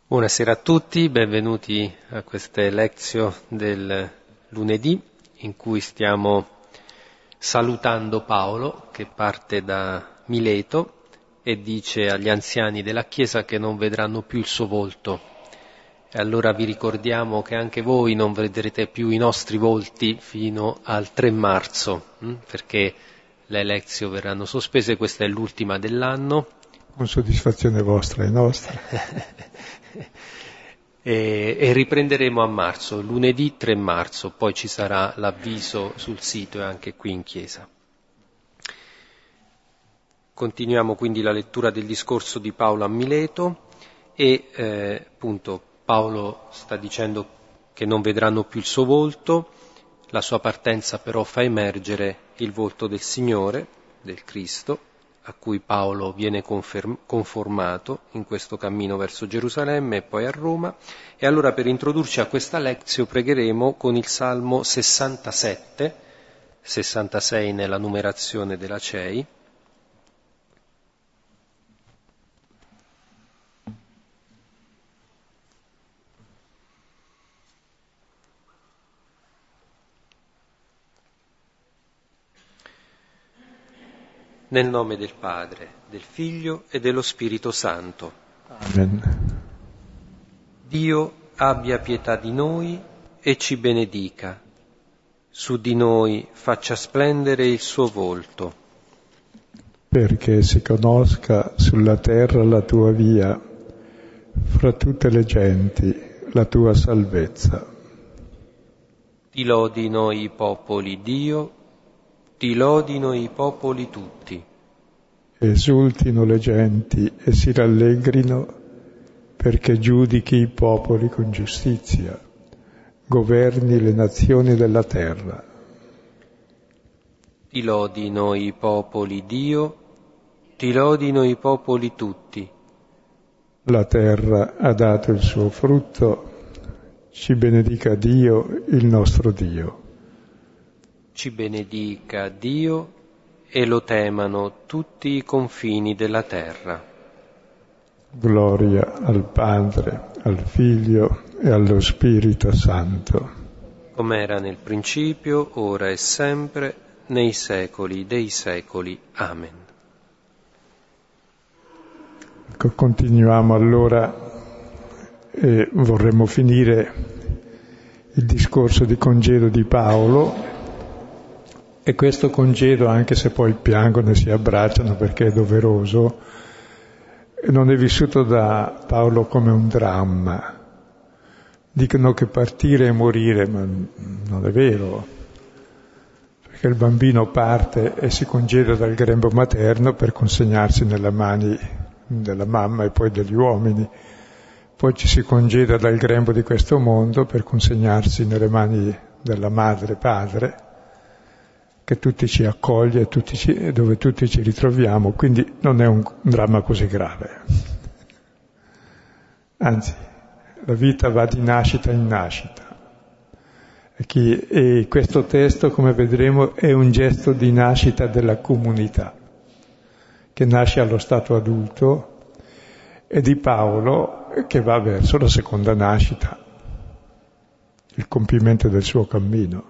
Buonasera a tutti, benvenuti a queste lezioni del lunedì in cui stiamo salutando Paolo che parte da Mileto e dice agli anziani della Chiesa che non vedranno più il suo volto. E allora vi ricordiamo che anche voi non vedrete più i nostri volti fino al 3 marzo, perché le lezioni verranno sospese, questa è l'ultima dell'anno. Con soddisfazione vostra e nostra. E riprenderemo a marzo, lunedì 3 marzo, poi ci sarà l'avviso sul sito e anche qui in chiesa. Continuiamo quindi la lettura del discorso di Paolo a Mileto e appunto Paolo sta dicendo che non vedranno più il suo volto, la sua partenza però fa emergere il volto del Signore, del Cristo, a cui Paolo viene conformato in questo cammino verso Gerusalemme e poi a Roma. E allora per introdurci a questa lezione pregheremo con il Salmo 67, 66 nella numerazione della CEI. Nel nome del Padre, del Figlio e dello Spirito Santo. Amen. Dio abbia pietà di noi e ci benedica. Su di noi faccia splendere il suo volto. Perché si conosca sulla terra la tua via, fra tutte le genti la tua salvezza. Ti lodino i popoli, Dio, ti lodino i popoli tutti. Esultino le genti e si rallegrino, perché giudichi i popoli con giustizia, governi le nazioni della terra. Ti lodino i popoli, Dio, ti lodino i popoli tutti. La terra ha dato il suo frutto, ci benedica Dio, il nostro Dio. Ci benedica Dio e lo temano tutti i confini della terra. Gloria al Padre, al Figlio e allo Spirito Santo. Come era nel principio, ora e sempre, nei secoli dei secoli. Amen. Ecco, continuiamo allora e vorremmo finire il discorso di congedo di Paolo. E questo congedo, anche se poi piangono e si abbracciano perché è doveroso, non è vissuto da Paolo come un dramma. Dicono che partire e morire, ma non è vero, perché il bambino parte e si congeda dal grembo materno per consegnarsi nelle mani della mamma e poi degli uomini. Poi ci si congeda dal grembo di questo mondo per consegnarsi nelle mani della madre e padre, che tutti ci accoglie, dove tutti ci ritroviamo, quindi non è un dramma così grave. Anzi, la vita va di nascita in nascita. E questo testo, come vedremo, è un gesto di nascita della comunità, che nasce allo stato adulto, e di Paolo che va verso la seconda nascita, il compimento del suo cammino.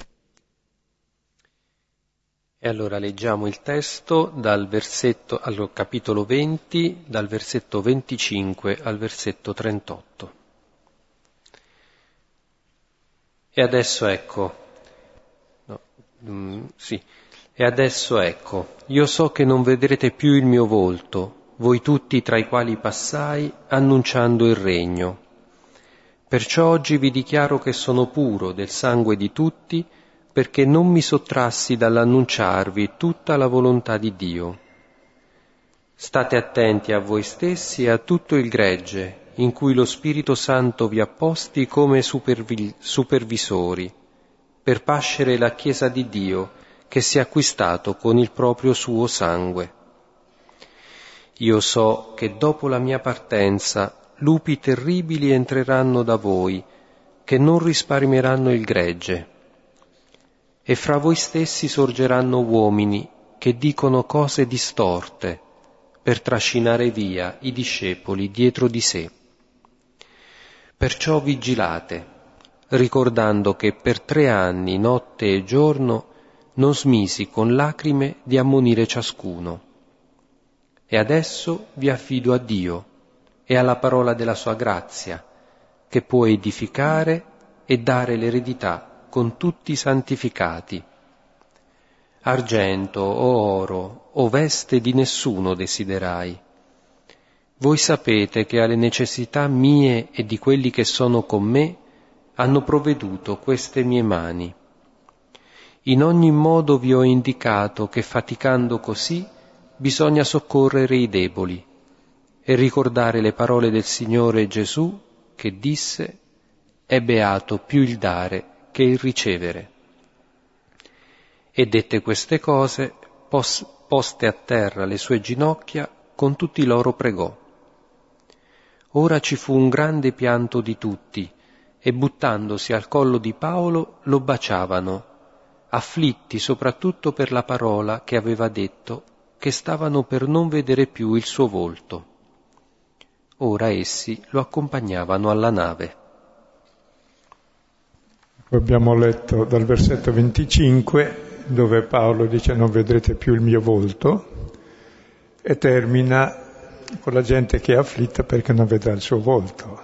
E allora leggiamo il testo dal capitolo 20, dal versetto 25 al versetto 38. E adesso ecco, io so che non vedrete più il mio volto, voi tutti tra i quali passai, annunciando il regno. Perciò oggi vi dichiaro che sono puro del sangue di tutti, perché non mi sottrassi dall'annunciarvi tutta la volontà di Dio. State attenti a voi stessi e a tutto il gregge, in cui lo Spirito Santo vi ha posti come supervisori, per pascere la Chiesa di Dio, che si è acquistato con il proprio suo sangue. Io so che dopo la mia partenza lupi terribili entreranno da voi, che non risparmieranno il gregge. E fra voi stessi sorgeranno uomini che dicono cose distorte per trascinare via i discepoli dietro di sé. Perciò vigilate, ricordando che per 3 anni, notte e giorno, non smisi con lacrime di ammonire ciascuno. E adesso vi affido a Dio e alla parola della sua grazia, che può edificare e dare l'eredità con tutti i santificati. Argento o oro o veste di nessuno desiderai. Voi sapete che alle necessità mie e di quelli che sono con me hanno provveduto queste mie mani. In ogni modo vi ho indicato che faticando così bisogna soccorrere i deboli e ricordare le parole del Signore Gesù che disse: è beato più il dare che il ricevere. E dette queste cose, poste a terra le sue ginocchia, con tutti loro pregò. Ora ci fu un grande pianto di tutti, e buttandosi al collo di Paolo lo baciavano, afflitti soprattutto per la parola che aveva detto, che stavano per non vedere più il suo volto. Ora essi lo accompagnavano alla nave. Abbiamo letto dal versetto 25, dove Paolo dice non vedrete più il mio volto, e termina con la gente che è afflitta perché non vedrà il suo volto.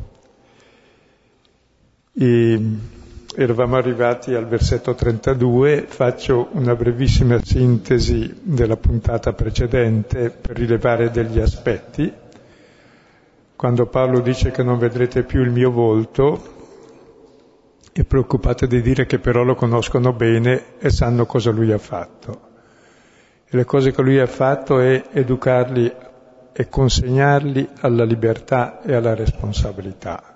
Eravamo arrivati al versetto 32, faccio una brevissima sintesi della puntata precedente per rilevare degli aspetti. Quando Paolo dice che non vedrete più il mio volto, è preoccupato di dire che però lo conoscono bene e sanno cosa lui ha fatto. E le cose che lui ha fatto è educarli e consegnarli alla libertà e alla responsabilità.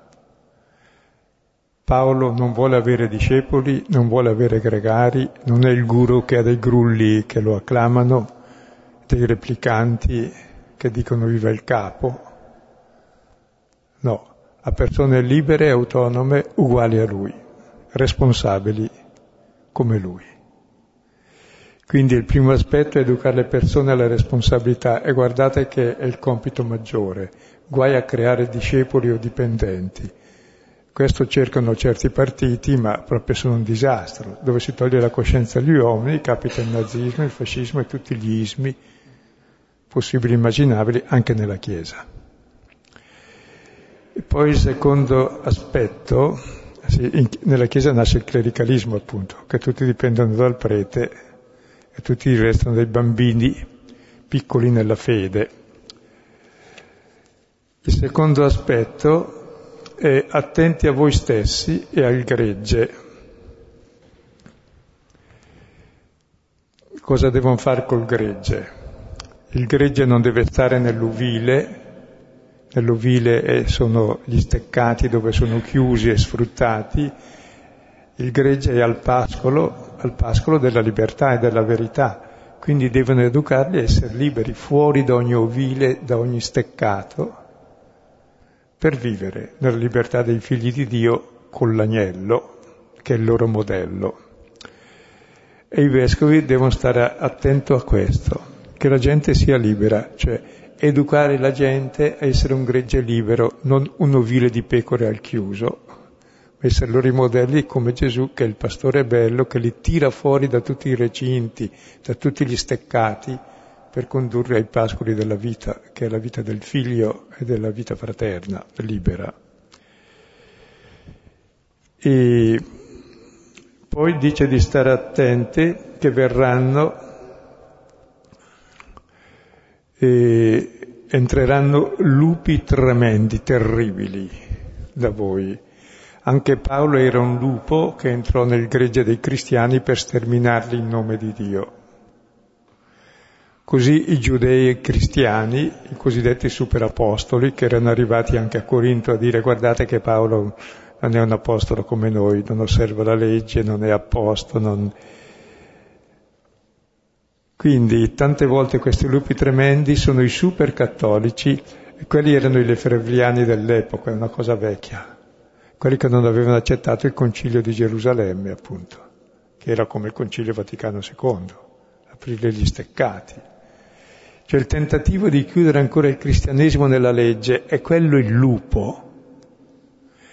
Paolo non vuole avere discepoli, non vuole avere gregari, non è il guru che ha dei grulli che lo acclamano, dei replicanti che dicono viva il capo. No, ha persone libere e autonome uguali a lui, responsabili come lui. Quindi il primo aspetto è educare le persone alla responsabilità, e guardate che è il compito maggiore, guai a creare discepoli o dipendenti. Questo cercano certi partiti, ma proprio sono un disastro. Dove si toglie la coscienza agli uomini capita il nazismo, il fascismo e tutti gli ismi possibili e immaginabili anche nella Chiesa. E poi il secondo aspetto, nella Chiesa nasce il clericalismo appunto, che tutti dipendono dal prete e tutti restano dei bambini piccoli nella fede. Il secondo aspetto è attenti a voi stessi e al gregge. Cosa devono fare col gregge? Il gregge non deve stare nell'uvile sono gli steccati dove sono chiusi e sfruttati. Il gregge è al pascolo della libertà e della verità, quindi devono educarli a essere liberi, fuori da ogni ovile, da ogni steccato, per vivere nella libertà dei figli di Dio con l'agnello, che è il loro modello. E i vescovi devono stare attenti a questo, che la gente sia libera, cioè educare la gente a essere un gregge libero, non un ovile di pecore al chiuso, essere loro i modelli come Gesù, che è il pastore bello, che li tira fuori da tutti i recinti, da tutti gli steccati, per condurre ai pascoli della vita, che è la vita del figlio e della vita fraterna, libera. E poi dice di stare attenti che verranno e entreranno lupi tremendi, terribili da voi. Anche Paolo era un lupo che entrò nel gregge dei cristiani per sterminarli in nome di Dio. Così i giudei e cristiani, i cosiddetti superapostoli, che erano arrivati anche a Corinto a dire guardate che Paolo non è un apostolo come noi, non osserva la legge, non è a posto, non... Quindi tante volte questi lupi tremendi sono i supercattolici, e quelli erano i lefebvriani dell'epoca, è una cosa vecchia. Quelli che non avevano accettato il Concilio di Gerusalemme, appunto, che era come il Concilio Vaticano II, aprire gli steccati. Cioè il tentativo di chiudere ancora il cristianesimo nella legge è quello il lupo.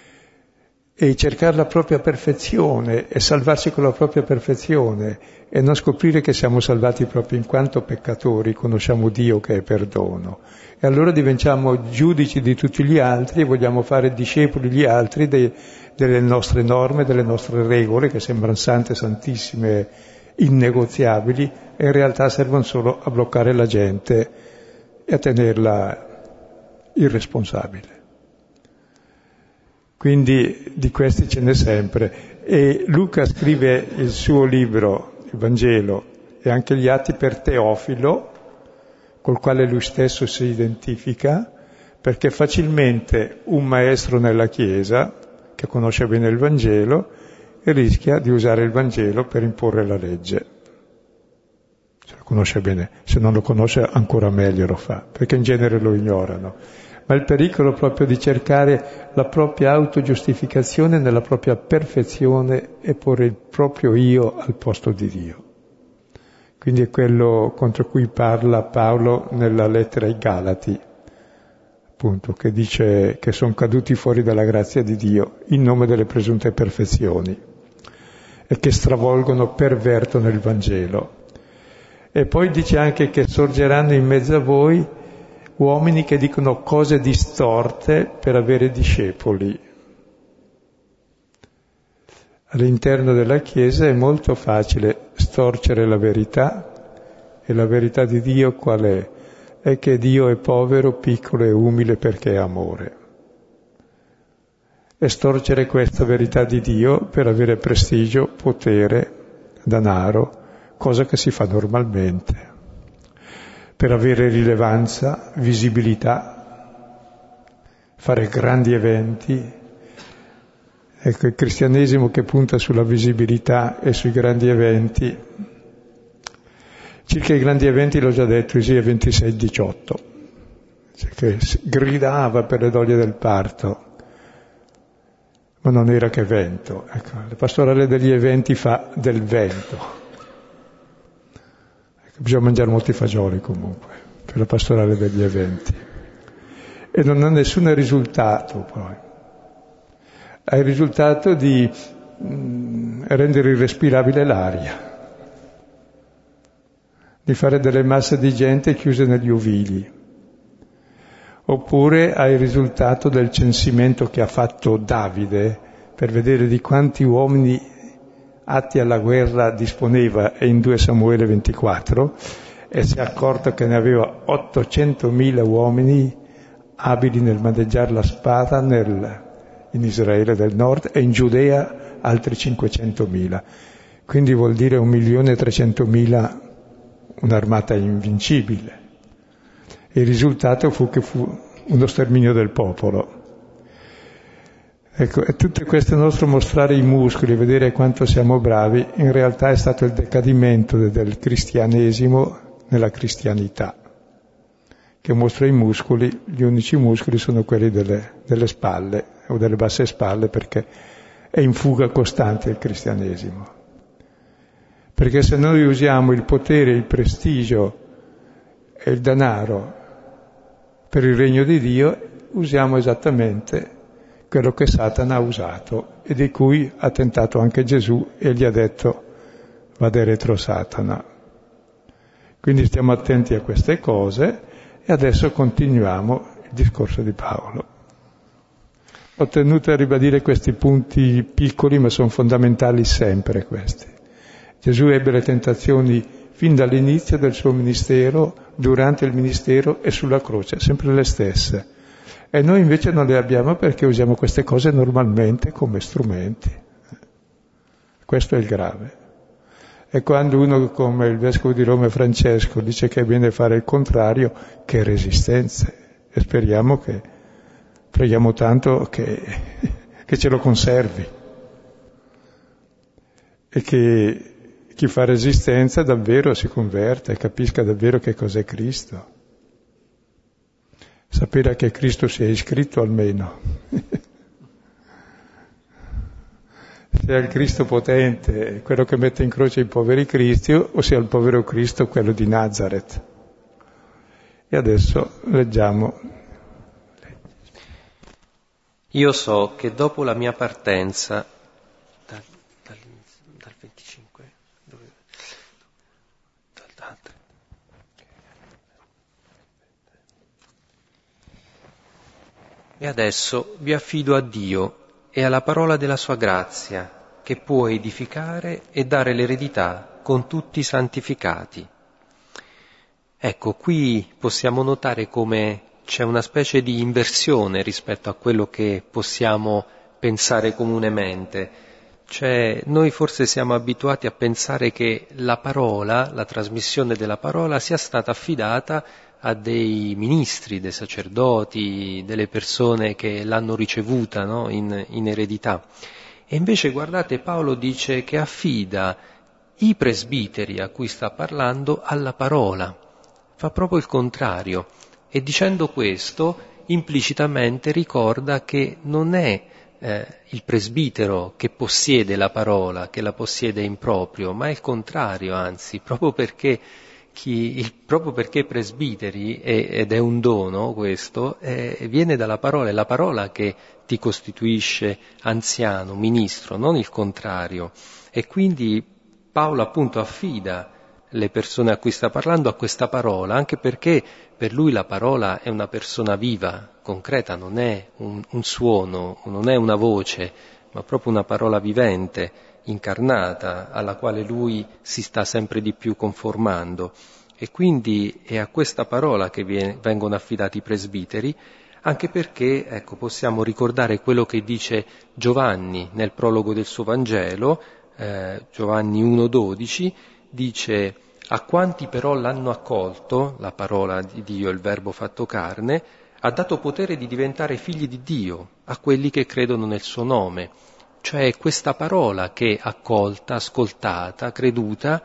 e cercare la propria perfezione e salvarsi con la propria perfezione e non scoprire che siamo salvati proprio in quanto peccatori, conosciamo Dio che è perdono. E allora diventiamo giudici di tutti gli altri e vogliamo fare discepoli gli altri delle nostre norme, delle nostre regole, che sembrano sante, santissime, innegoziabili, e in realtà servono solo a bloccare la gente e a tenerla irresponsabile. Quindi di questi ce n'è sempre. E Luca scrive il suo libro, il Vangelo, e anche gli Atti per Teofilo, col quale lui stesso si identifica, perché facilmente un maestro nella Chiesa, che conosce bene il Vangelo, rischia di usare il Vangelo per imporre la legge. Se lo conosce bene, se non lo conosce ancora meglio lo fa, perché in genere lo ignorano. Ma il pericolo proprio di cercare la propria autogiustificazione nella propria perfezione e porre il proprio io al posto di Dio. Quindi è quello contro cui parla Paolo nella lettera ai Galati, appunto, che dice che sono caduti fuori dalla grazia di Dio in nome delle presunte perfezioni e che stravolgono, pervertono il Vangelo. E poi dice anche che sorgeranno in mezzo a voi uomini che dicono cose distorte per avere discepoli. All'interno della Chiesa è molto facile storcere la verità, e la verità di Dio qual è? È che Dio è povero, piccolo e umile perché è amore. E storcere questa verità di Dio per avere prestigio, potere, denaro, cosa che si fa normalmente. Per avere rilevanza, visibilità, fare grandi eventi. Ecco, il cristianesimo che punta sulla visibilità e sui grandi eventi. Circa i grandi eventi l'ho già detto, Isaia 26:18, cioè che gridava per le doglie del parto, ma non era che vento. Ecco, la pastorale degli eventi fa del vento. Bisogna mangiare molti fagioli comunque per la pastorale degli eventi, e non ha nessun risultato poi. Ha il risultato di rendere irrespirabile l'aria, di fare delle masse di gente chiuse negli uvili, oppure ha il risultato del censimento che ha fatto Davide per vedere di quanti uomini atti alla guerra disponeva, e in 2 Samuele 24, e si è accorto che ne aveva 800.000 uomini abili nel maneggiare la spada in Israele del nord, e in Giudea altri 500.000. Quindi vuol dire 1.300.000, un'armata invincibile. E il risultato fu che fu uno sterminio del popolo. Ecco, e tutto questo nostro mostrare i muscoli, vedere quanto siamo bravi, in realtà è stato il decadimento del cristianesimo nella cristianità, che mostra i muscoli. Gli unici muscoli sono quelli delle spalle o delle basse spalle, perché è in fuga costante il cristianesimo. Perché se noi usiamo il potere, il prestigio e il denaro per il regno di Dio, usiamo esattamente quello che Satana ha usato e di cui ha tentato anche Gesù, e gli ha detto: vade retro Satana. Quindi stiamo attenti a queste cose, e adesso continuiamo il discorso di Paolo. Ho tenuto a ribadire questi punti piccoli, ma sono fondamentali sempre questi. Gesù ebbe le tentazioni fin dall'inizio del suo ministero, durante il ministero e sulla croce, sempre le stesse. E noi invece non le abbiamo perché usiamo queste cose normalmente come strumenti. Questo è il grave. E quando uno come il Vescovo di Roma Francesco dice che è bene fare il contrario, che resistenze. E preghiamo tanto che ce lo conservi. E che chi fa resistenza davvero si converta e capisca davvero che cos'è Cristo. Sapere che Cristo sia iscritto almeno. Sia il Cristo potente, quello che mette in croce i poveri Cristi, o sia il povero Cristo, quello di Nazareth. E adesso leggiamo. Io so che dopo la mia partenza, dal 25, e adesso vi affido a Dio e alla parola della sua grazia, che può edificare e dare l'eredità con tutti i santificati. Ecco, qui possiamo notare come c'è una specie di inversione rispetto a quello che possiamo pensare comunemente. Cioè, noi forse siamo abituati a pensare che la parola, la trasmissione della parola, sia stata affidata a dei ministri, dei sacerdoti, delle persone che l'hanno ricevuta, no? in eredità. E invece, guardate, Paolo dice che affida i presbiteri a cui sta parlando alla parola. Fa proprio il contrario. E dicendo questo, implicitamente ricorda che non è il presbitero che possiede la parola, che la possiede in proprio, ma è il contrario, anzi, proprio perché presbiteri, ed è un dono questo, viene dalla parola, è la parola che ti costituisce anziano, ministro, non il contrario. E quindi Paolo appunto affida le persone a cui sta parlando a questa parola, anche perché per lui la parola è una persona viva, concreta, non è un suono, non è una voce, ma proprio una parola vivente, incarnata, alla quale lui si sta sempre di più conformando. E quindi è a questa parola che vengono affidati i presbiteri, anche perché, ecco, possiamo ricordare quello che dice Giovanni nel prologo del suo Vangelo, Giovanni 1,12, dice: a quanti però l'hanno accolto, la parola di Dio, il Verbo fatto carne, ha dato potere di diventare figli di Dio, a quelli che credono nel suo nome. Cioè questa parola che accolta, ascoltata, creduta,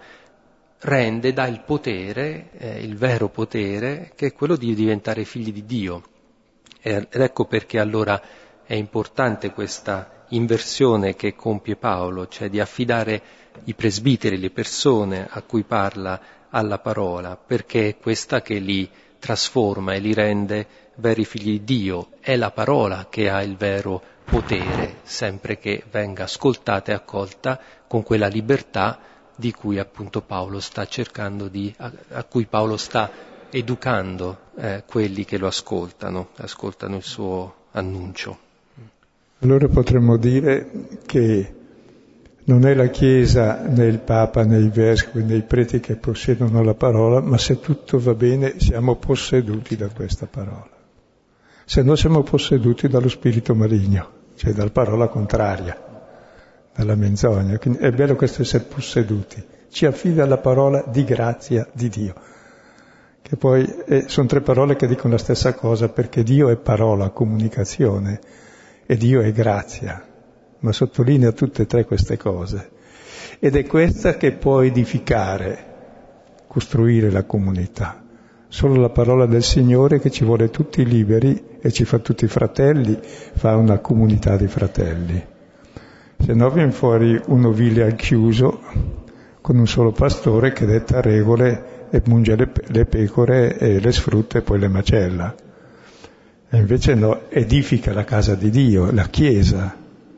dà il potere, il vero potere, che è quello di diventare figli di Dio. Ed ecco perché allora è importante questa inversione che compie Paolo, cioè di affidare i presbiteri, le persone a cui parla, alla parola, perché è questa che li trasforma e li rende veri figli di Dio. È la parola che ha il vero potere, sempre che venga ascoltata e accolta con quella libertà di cui appunto Paolo sta cercando a cui Paolo sta educando quelli che lo ascoltano il suo annuncio. Allora potremmo dire che non è la Chiesa, né il Papa, né i vescovi, né i preti che possiedono la parola, ma se tutto va bene siamo posseduti da questa parola. Se no siamo posseduti dallo spirito maligno, cioè dalla parola contraria, dalla menzogna. Quindi è bello questo essere posseduti. Ci affida la parola di grazia di Dio, che poi sono tre parole che dicono la stessa cosa, perché Dio è parola, comunicazione, e Dio è grazia, ma sottolinea tutte e tre queste cose. Ed è questa che può edificare, costruire la comunità. Solo la parola del Signore, che ci vuole tutti liberi e ci fa tutti fratelli, fa una comunità di fratelli. Se no viene fuori un ovile al chiuso, con un solo pastore che detta regole e punge le pecore e le sfrutta e poi le macella. E invece no, edifica la casa di Dio, la Chiesa,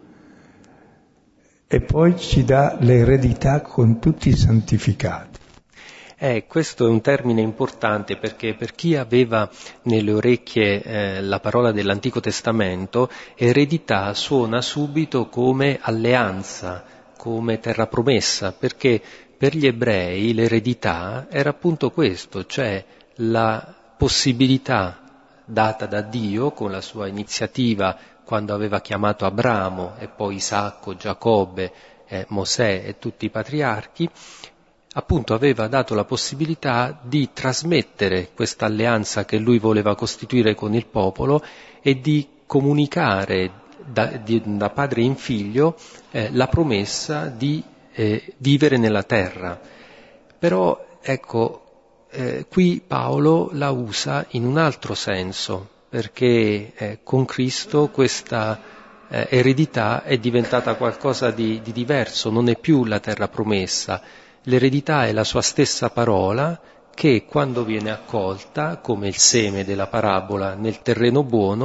e poi ci dà l'eredità con tutti i santificati. Questo è un termine importante, perché per chi aveva nelle orecchie la parola dell'Antico Testamento, eredità suona subito come alleanza, come terra promessa, perché per gli ebrei l'eredità era appunto questo, cioè la possibilità data da Dio con la sua iniziativa quando aveva chiamato Abramo e poi Isacco, Giacobbe, Mosè e tutti i patriarchi, appunto aveva dato la possibilità di trasmettere questa alleanza che lui voleva costituire con il popolo e di comunicare da padre in figlio la promessa di vivere nella terra. Però ecco, qui Paolo la usa in un altro senso, perché con Cristo questa eredità è diventata qualcosa di diverso, non è più la terra promessa. L'eredità è la sua stessa parola che, quando viene accolta, come il seme della parabola nel terreno buono,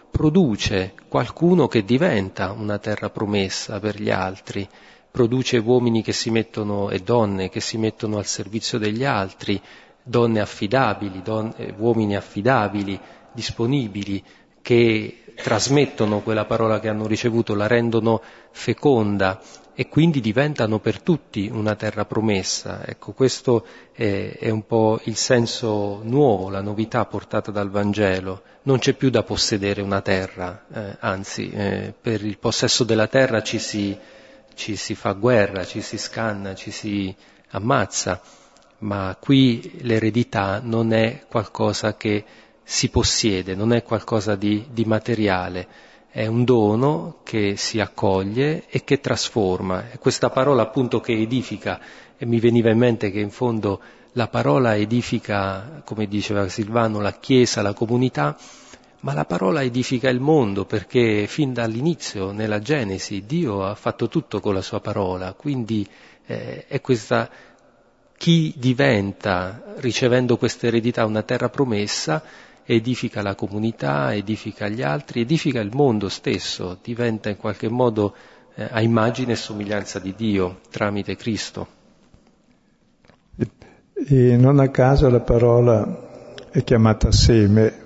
produce qualcuno che diventa una terra promessa per gli altri, produce uomini che si mettono e donne che si mettono al servizio degli altri, donne affidabili, uomini affidabili, disponibili, che trasmettono quella parola che hanno ricevuto, la rendono feconda e quindi diventano per tutti una terra promessa. Ecco, questo è un po' il senso nuovo, la novità portata dal Vangelo. Non c'è più da possedere una terra, anzi, per il possesso della terra ci si fa guerra, ci si scanna, ci si ammazza, ma qui l'eredità non è qualcosa che si possiede, non è qualcosa di materiale, è un dono che si accoglie e che trasforma. E questa parola appunto che edifica, e mi veniva in mente che in fondo la parola edifica, come diceva Silvano, la Chiesa, la comunità, ma la parola edifica il mondo, perché fin dall'inizio, nella Genesi, Dio ha fatto tutto con la sua parola, quindi è questa, chi diventa, ricevendo questa eredità, una terra promessa, edifica la comunità, edifica gli altri, edifica il mondo stesso, diventa in qualche modo a immagine e somiglianza di Dio tramite Cristo. E non a caso la parola è chiamata seme,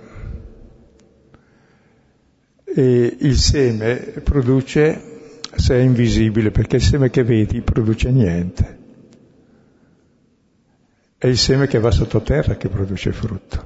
e il seme produce se è invisibile, perché il seme che vedi produce niente. È il seme che va sottoterra che produce frutto.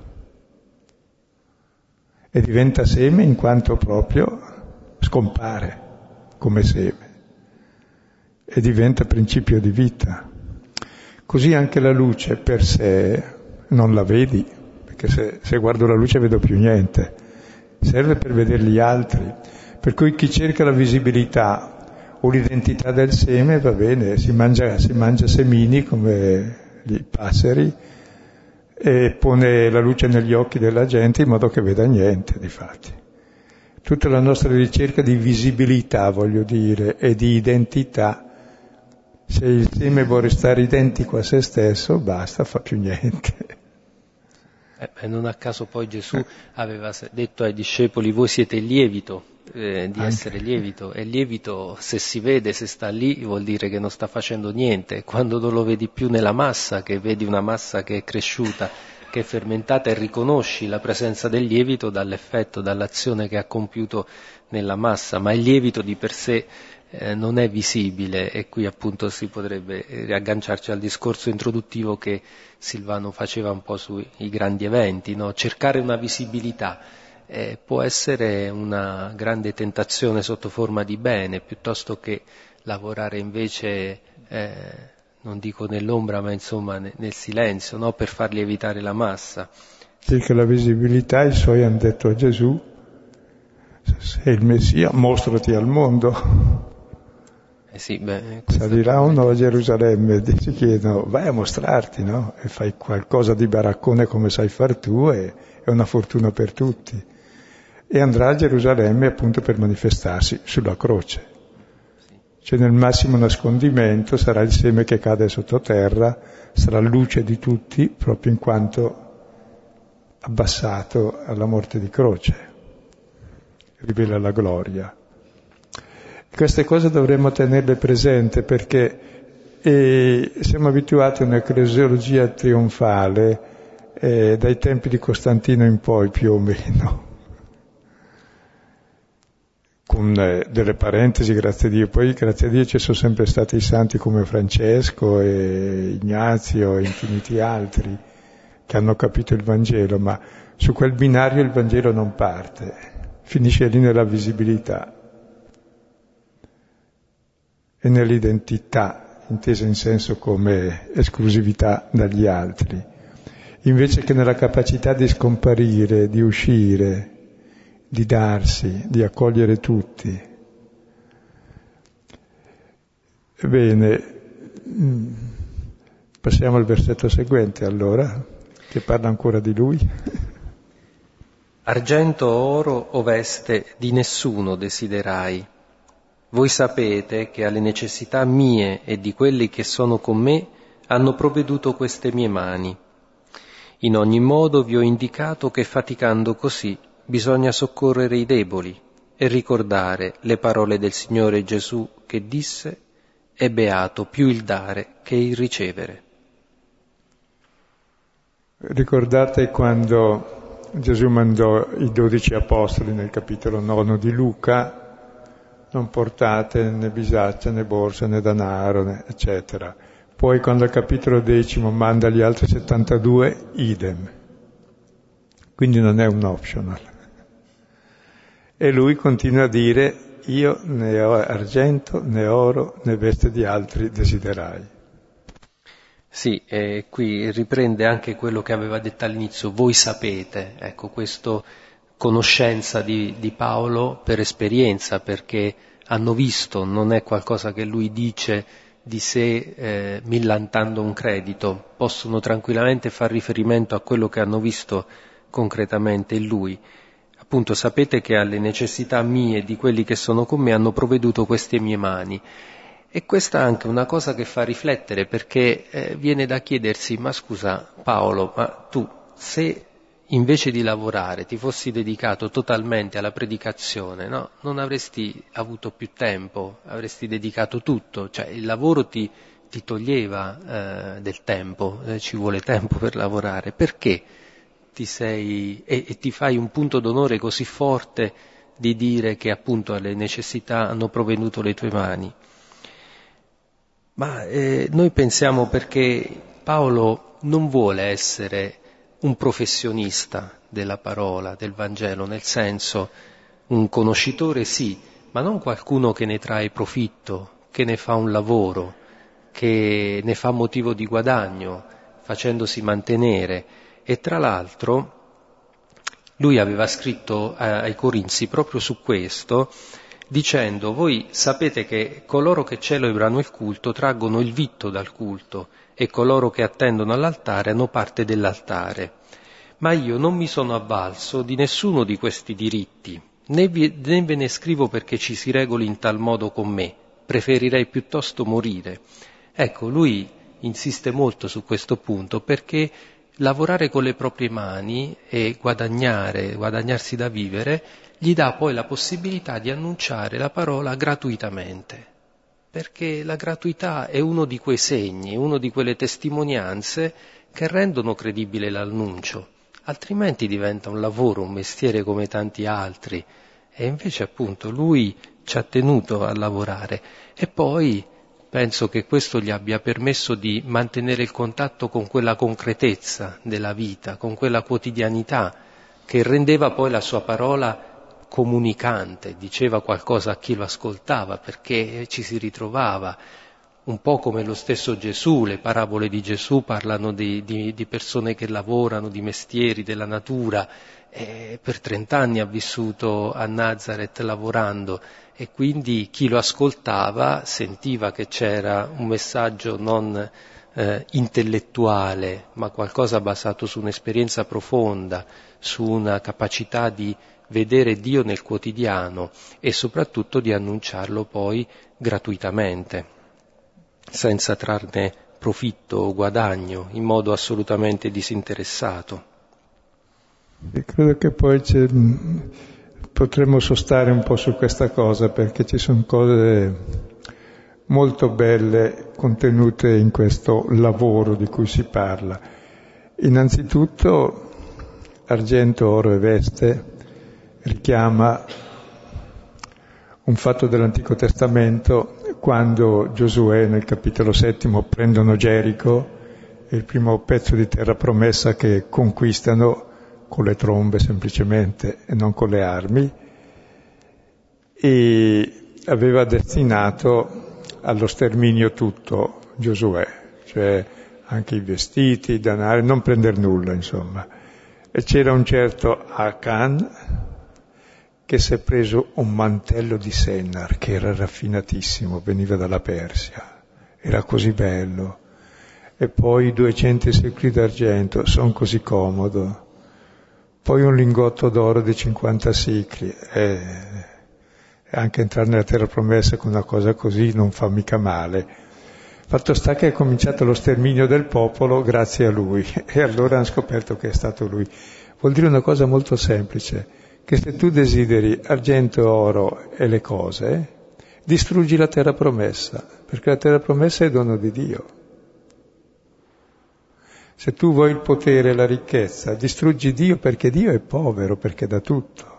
E diventa seme in quanto proprio scompare come seme e diventa principio di vita. Così anche la luce per sé non la vedi, perché se guardo la luce vedo più niente, serve per vedere gli altri. Per cui chi cerca la visibilità o l'identità del seme va bene, si mangia semini come gli passeri, e pone la luce negli occhi della gente in modo che veda niente, difatti. Tutta la nostra ricerca di visibilità, voglio dire, e di identità, se il seme vuole restare identico a se stesso, basta, fa più niente. Non a caso poi Gesù aveva detto ai discepoli: voi siete il lievito, di essere lievito, e il lievito, se si vede, se sta lì, vuol dire che non sta facendo niente. Quando non lo vedi più nella massa, che vedi una massa che è cresciuta, che è fermentata, e riconosci la presenza del lievito dall'effetto, dall'azione che ha compiuto nella massa, ma il lievito di per sé non è visibile. E qui appunto si potrebbe riagganciarci al discorso introduttivo che Silvano faceva un po' sui grandi eventi, no? Cercare una visibilità può essere una grande tentazione sotto forma di bene, piuttosto che lavorare invece, non dico nell'ombra, ma insomma nel silenzio, no? Per far lievitare la massa. Cerca la visibilità, i suoi hanno detto a Gesù: sei il Messia, mostrati al mondo. Salirà uno a Gerusalemme e si chiedono: vai a mostrarti, no? E fai qualcosa di baraccone come sai far tu, e è una fortuna per tutti. E andrà a Gerusalemme appunto per manifestarsi sulla croce. Cioè nel massimo nascondimento sarà il seme che cade sottoterra, sarà luce di tutti proprio in quanto abbassato alla morte di croce. Rivela la gloria. Queste cose dovremmo tenerle presente, perché siamo abituati a un'ecclesiologia trionfale dai tempi di Costantino in poi, più o meno, con delle parentesi, grazie a Dio. Poi grazie a Dio ci sono sempre stati i santi come Francesco e Ignazio e infiniti altri che hanno capito il Vangelo, ma su quel binario il Vangelo non parte, finisce lì nella visibilità e nell'identità, intesa in senso come esclusività dagli altri, invece che nella capacità di scomparire, di uscire, di darsi, di accogliere tutti. Bene, passiamo al versetto seguente allora, che parla ancora di lui. Argento o oro o veste di nessuno desiderai. Voi sapete che alle necessità mie e di quelli che sono con me hanno provveduto queste mie mani. In ogni modo vi ho indicato che faticando così bisogna soccorrere i deboli e ricordare le parole del Signore Gesù che disse: «È beato più il dare che il ricevere». Ricordate quando Gesù mandò i 12 apostoli nel capitolo 9 di Luca: non portate né bisaccia né borsa né denaro, eccetera. Poi quando al capitolo 10 manda gli altri 72, idem. Quindi non è un optional. E lui continua a dire: io né ho argento né oro né veste di altri desiderai. Sì, qui riprende anche quello che aveva detto all'inizio: voi sapete, ecco, questo conoscenza di Paolo per esperienza, perché hanno visto, non è qualcosa che lui dice di sé millantando un credito, possono tranquillamente far riferimento a quello che hanno visto concretamente in lui. Appunto, sapete che alle necessità mie e di quelli che sono con me hanno provveduto queste mie mani. E questa è anche una cosa che fa riflettere, perché viene da chiedersi: ma scusa Paolo, ma tu se invece di lavorare ti fossi dedicato totalmente alla predicazione, no? Non avresti avuto più tempo, avresti dedicato tutto, cioè il lavoro ti toglieva del tempo, ci vuole tempo per lavorare, perché ti sei e ti fai un punto d'onore così forte di dire che appunto alle necessità hanno provveduto le tue mani? Ma noi pensiamo perché Paolo non vuole essere un professionista della parola, del Vangelo, nel senso un conoscitore sì, ma non qualcuno che ne trae profitto, che ne fa un lavoro, che ne fa motivo di guadagno, facendosi mantenere. E tra l'altro lui aveva scritto ai Corinzi proprio su questo, dicendo: voi sapete che coloro che celebrano il culto traggono il vitto dal culto, e coloro che attendono all'altare hanno parte dell'altare. Ma io non mi sono avvalso di nessuno di questi diritti, né ve ne scrivo perché ci si regoli in tal modo con me, preferirei piuttosto morire. Ecco, lui insiste molto su questo punto, perché lavorare con le proprie mani e guadagnarsi da vivere, gli dà poi la possibilità di annunciare la parola gratuitamente, perché la gratuità è uno di quei segni, uno di quelle testimonianze che rendono credibile l'annuncio, altrimenti diventa un lavoro, un mestiere come tanti altri, e invece appunto lui ci ha tenuto a lavorare. E poi penso che questo gli abbia permesso di mantenere il contatto con quella concretezza della vita, con quella quotidianità che rendeva poi la sua parola comunicante, diceva qualcosa a chi lo ascoltava, perché ci si ritrovava, un po' come lo stesso Gesù. Le parabole di Gesù parlano di persone che lavorano, di mestieri, della natura, e per 30 anni ha vissuto a Nazareth lavorando, e quindi chi lo ascoltava sentiva che c'era un messaggio non intellettuale, ma qualcosa basato su un'esperienza profonda, su una capacità di vedere Dio nel quotidiano e soprattutto di annunciarlo poi gratuitamente, senza trarne profitto o guadagno, in modo assolutamente disinteressato. E credo che poi potremmo sostare un po' su questa cosa, perché ci sono cose molto belle contenute in questo lavoro di cui si parla. Innanzitutto, argento, oro e veste richiama un fatto dell'Antico Testamento, quando Giosuè nel capitolo 7 prendono Gerico, è il primo pezzo di terra promessa che conquistano con le trombe semplicemente e non con le armi, e aveva destinato allo sterminio tutto Giosuè, cioè anche i vestiti, i denari, non prender nulla, insomma. E c'era un certo Achan che si è preso un mantello di Sennar, che era raffinatissimo, veniva dalla Persia, era così bello, e poi 200 sicli d'argento, son così comodo, poi un lingotto d'oro di 50 sicli, e anche entrare nella terra promessa con una cosa così non fa mica male. Fatto sta che è cominciato lo sterminio del popolo grazie a lui, e allora hanno scoperto che è stato lui. Vuol dire una cosa molto semplice, che se tu desideri argento, oro e le cose, distruggi la terra promessa, perché la terra promessa è dono di Dio. Se tu vuoi il potere e la ricchezza, distruggi Dio perché Dio è povero, perché dà tutto.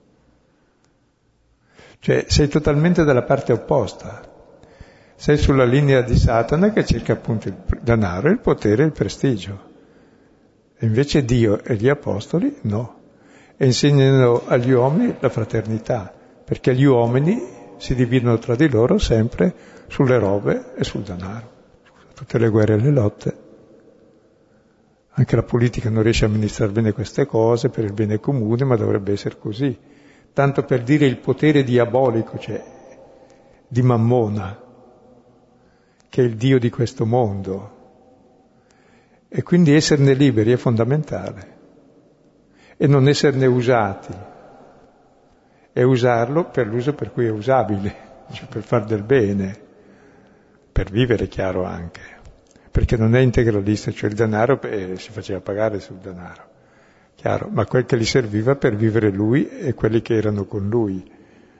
Cioè sei totalmente dalla parte opposta. Sei sulla linea di Satana che cerca appunto il denaro, il potere e il prestigio. E invece Dio e gli apostoli no. E insegnano agli uomini la fraternità, perché gli uomini si dividono tra di loro sempre sulle robe e sul denaro. Tutte le guerre e le lotte. Anche la politica non riesce a amministrare bene queste cose per il bene comune, ma dovrebbe essere così. Tanto per dire il potere diabolico, cioè di Mammona, che è il Dio di questo mondo. E quindi esserne liberi è fondamentale. E non esserne usati. E usarlo per l'uso per cui è usabile, cioè per far del bene, per vivere, chiaro anche. Perché non è integralista, cioè il denaro si faceva pagare sul denaro, chiaro, ma quel che gli serviva per vivere lui e quelli che erano con lui.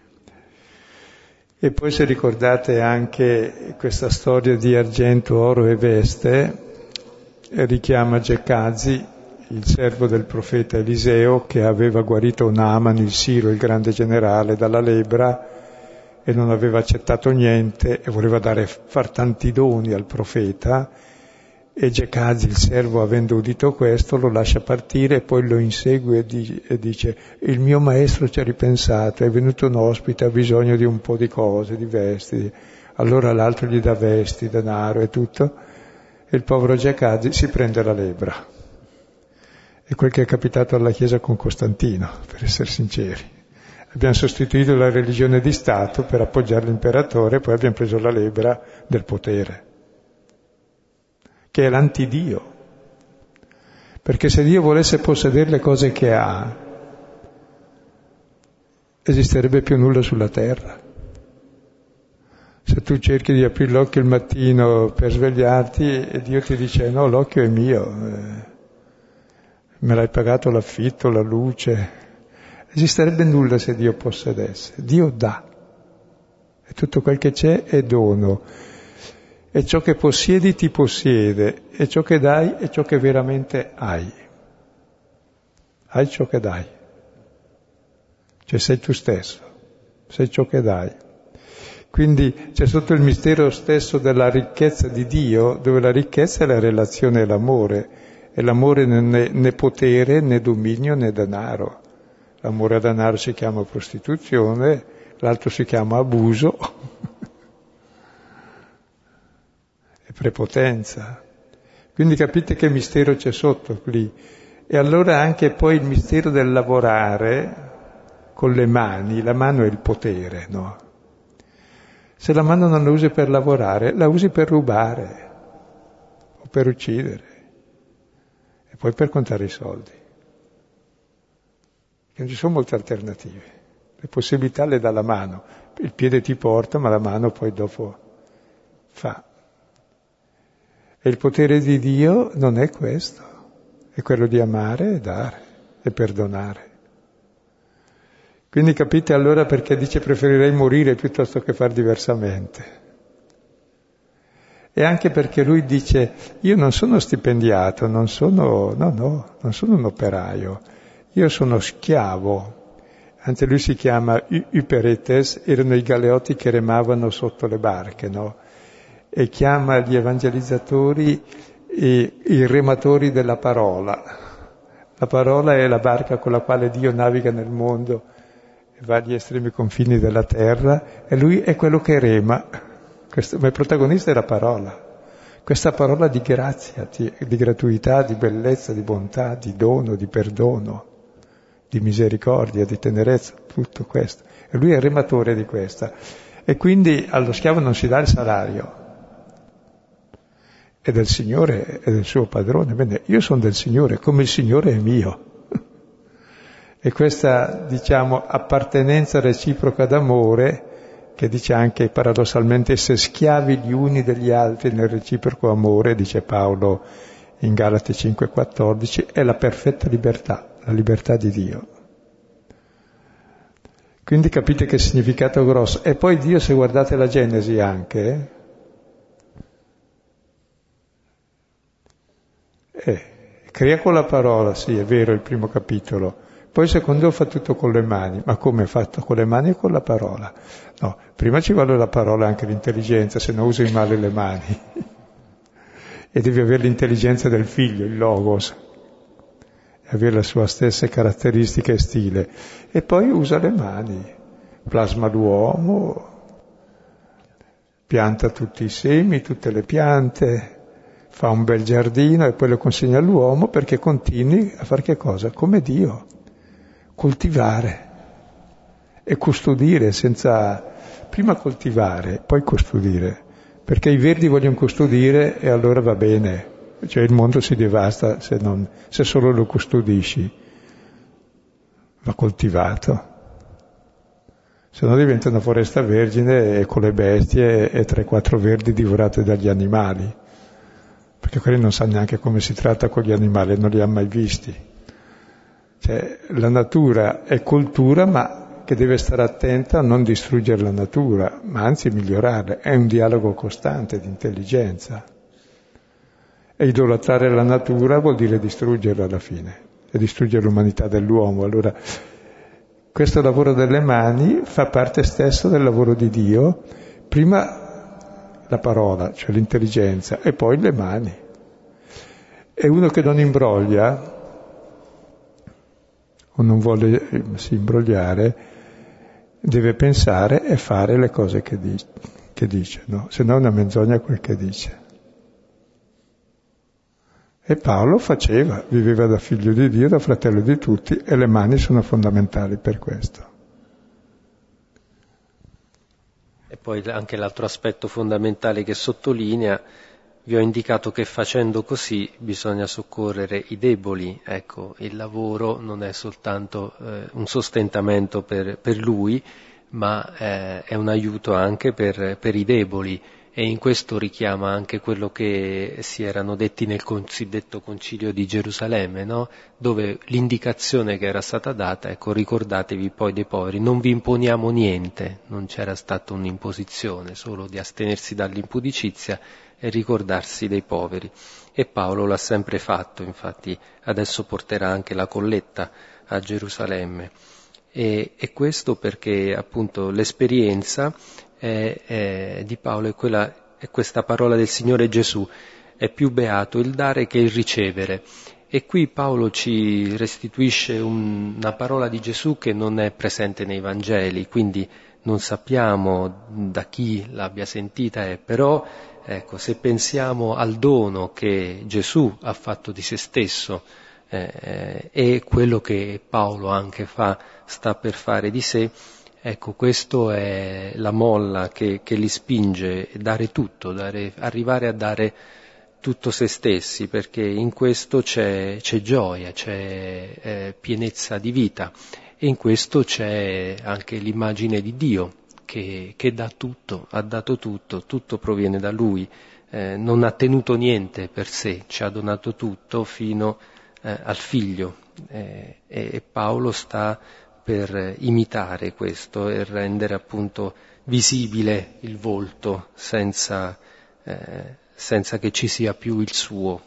E poi se ricordate anche questa storia di argento, oro e veste, richiama Gecazzi, il servo del profeta Eliseo, che aveva guarito Naaman, il Siro, il grande generale, dalla lebbra, e non aveva accettato niente e voleva far tanti doni al profeta, e Gecazzi, il servo, avendo udito questo, lo lascia partire e poi lo insegue e dice: il mio maestro ci ha ripensato, è venuto un ospite, ha bisogno di un po' di cose, di vesti. Allora l'altro gli dà vesti, denaro e tutto, e il povero Gecazzi si prende la lebbra. È quel che è capitato alla Chiesa con Costantino, per essere sinceri. Abbiamo sostituito la religione di Stato per appoggiare l'imperatore e poi abbiamo preso la lebbra del potere, che è l'antidio. Perché se Dio volesse possedere le cose che ha, esisterebbe più nulla sulla terra. Se tu cerchi di aprire l'occhio il mattino per svegliarti e Dio ti dice: no, l'occhio è mio, me l'hai pagato l'affitto, la luce. Esisterebbe nulla se Dio possedesse. Dio dà. E tutto quel che c'è è dono. E ciò che possiedi ti possiede. E ciò che dai è ciò che veramente hai. Hai ciò che dai. Cioè sei tu stesso. Sei ciò che dai. Quindi c'è sotto il mistero stesso della ricchezza di Dio, dove la ricchezza è la relazione e l'amore. E l'amore non è né potere, né dominio, né denaro. L'amore a denaro si chiama prostituzione, l'altro si chiama abuso e prepotenza. Quindi capite che mistero c'è sotto lì. E allora anche poi il mistero del lavorare con le mani, la mano è il potere, no? Se la mano non la usi per lavorare, la usi per rubare o per uccidere e poi per contare i soldi. Non ci sono molte alternative. Le possibilità le dà la mano. Il piede ti porta, ma la mano poi dopo fa. E il potere di Dio non è questo. È quello di amare e dare e perdonare. Quindi capite allora perché dice: preferirei morire piuttosto che far diversamente. E anche perché lui dice: io non sono stipendiato, non sono un operaio. Io sono schiavo, anzi lui si chiama Uperetes, erano i galeotti che remavano sotto le barche, no? E chiama gli evangelizzatori i rematori della parola. La parola è la barca con la quale Dio naviga nel mondo e va agli estremi confini della terra, e lui è quello che rema. Ma il protagonista è la parola. Questa parola di grazia, di gratuità, di bellezza, di bontà, di dono, di perdono, di misericordia, di tenerezza, tutto questo. E lui è il rematore di questa. E quindi allo schiavo non si dà il salario. È del Signore, è del suo padrone. Bene, io sono del Signore, come il Signore è mio. E questa, appartenenza reciproca d'amore, che dice anche paradossalmente essere schiavi gli uni degli altri nel reciproco amore, dice Paolo in Galati 5,14, è la perfetta libertà, la libertà di Dio. Quindi capite che significato grosso. E poi Dio, se guardate la Genesi anche, crea con la parola, sì, è vero, il primo capitolo. Poi il secondo fa tutto con le mani. Ma come è fatto con le mani e con la parola? No, prima ci vuole la parola e anche l'intelligenza, se no usi male le mani. E devi avere l'intelligenza del figlio, il logos, e avere le sue stesse caratteristiche e stile. E poi usa le mani, plasma l'uomo, pianta tutti i semi, tutte le piante, fa un bel giardino e poi lo consegna all'uomo perché continui a fare che cosa? Come Dio, coltivare e custodire prima coltivare, poi custodire, perché i verdi vogliono custodire e allora va bene, cioè il mondo si devasta se solo lo custodisci, va coltivato, se no diventa una foresta vergine e con le bestie e 3-4 verdi divorate dagli animali. Perché quelli non sanno neanche come si tratta con gli animali, non li hanno mai visti. Cioè, la natura è cultura, ma che deve stare attenta a non distruggere la natura, ma anzi migliorarla. È un dialogo costante di intelligenza. E idolatrare la natura vuol dire distruggerla alla fine, e distruggere l'umanità dell'uomo. Allora, questo lavoro delle mani fa parte stesso del lavoro di Dio, prima la parola, cioè l'intelligenza, e poi le mani. E uno che non imbroglia, o non vuole imbrogliare, deve pensare e fare le cose che dice, no? Se no è una menzogna quel che dice. E Paolo faceva, viveva da figlio di Dio, da fratello di tutti, e le mani sono fondamentali per questo. E poi anche l'altro aspetto fondamentale che sottolinea, vi ho indicato che facendo così bisogna soccorrere i deboli. Ecco, il lavoro non è soltanto un sostentamento per lui, ma è un aiuto anche per i deboli. E in questo richiama anche quello che si erano detti nel cosiddetto concilio di Gerusalemme, no? Dove l'indicazione che era stata data, ecco, ricordatevi poi dei poveri, non vi imponiamo niente, non c'era stata un'imposizione, solo di astenersi dall'impudicizia e ricordarsi dei poveri. E Paolo l'ha sempre fatto, infatti adesso porterà anche la colletta a Gerusalemme. E questo perché appunto l'esperienza di Paolo è questa parola del Signore Gesù: è più beato il dare che il ricevere. E qui Paolo ci restituisce una parola di Gesù che non è presente nei Vangeli, quindi non sappiamo da chi l'abbia sentita, però ecco, se pensiamo al dono che Gesù ha fatto di se stesso e quello che Paolo anche sta per fare di sé, ecco, questo è la molla che li spinge a dare tutto, arrivare a dare tutto se stessi, perché in questo c'è gioia, c'è pienezza di vita, e in questo c'è anche l'immagine di Dio che dà tutto, ha dato tutto proviene da Lui, non ha tenuto niente per sé, ci ha donato tutto fino al Figlio, e Paolo sta per imitare questo e rendere appunto visibile il volto senza che ci sia più il suo.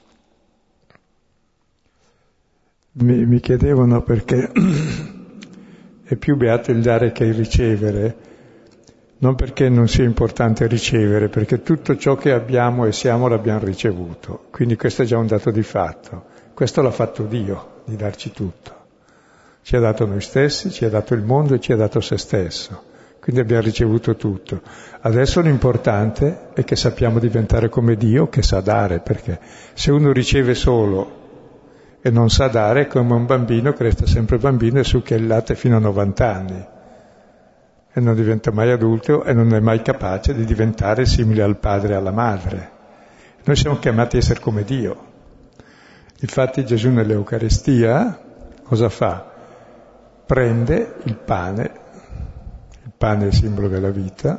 Mi chiedevano perché è più beato il dare che il ricevere, non perché non sia importante ricevere, perché tutto ciò che abbiamo e siamo l'abbiamo ricevuto, quindi questo è già un dato di fatto. Questo l'ha fatto Dio, di darci tutto. Ci ha dato noi stessi, ci ha dato il mondo e ci ha dato se stesso. Quindi abbiamo ricevuto tutto. Adesso l'importante è che sappiamo diventare come Dio, che sa dare, perché se uno riceve solo e non sa dare, è come un bambino che resta sempre bambino e succhia il latte fino a 90 anni. E non diventa mai adulto e non è mai capace di diventare simile al padre e alla madre. Noi siamo chiamati a essere come Dio. Infatti Gesù nell'Eucaristia cosa fa? Prende il pane è il simbolo della vita,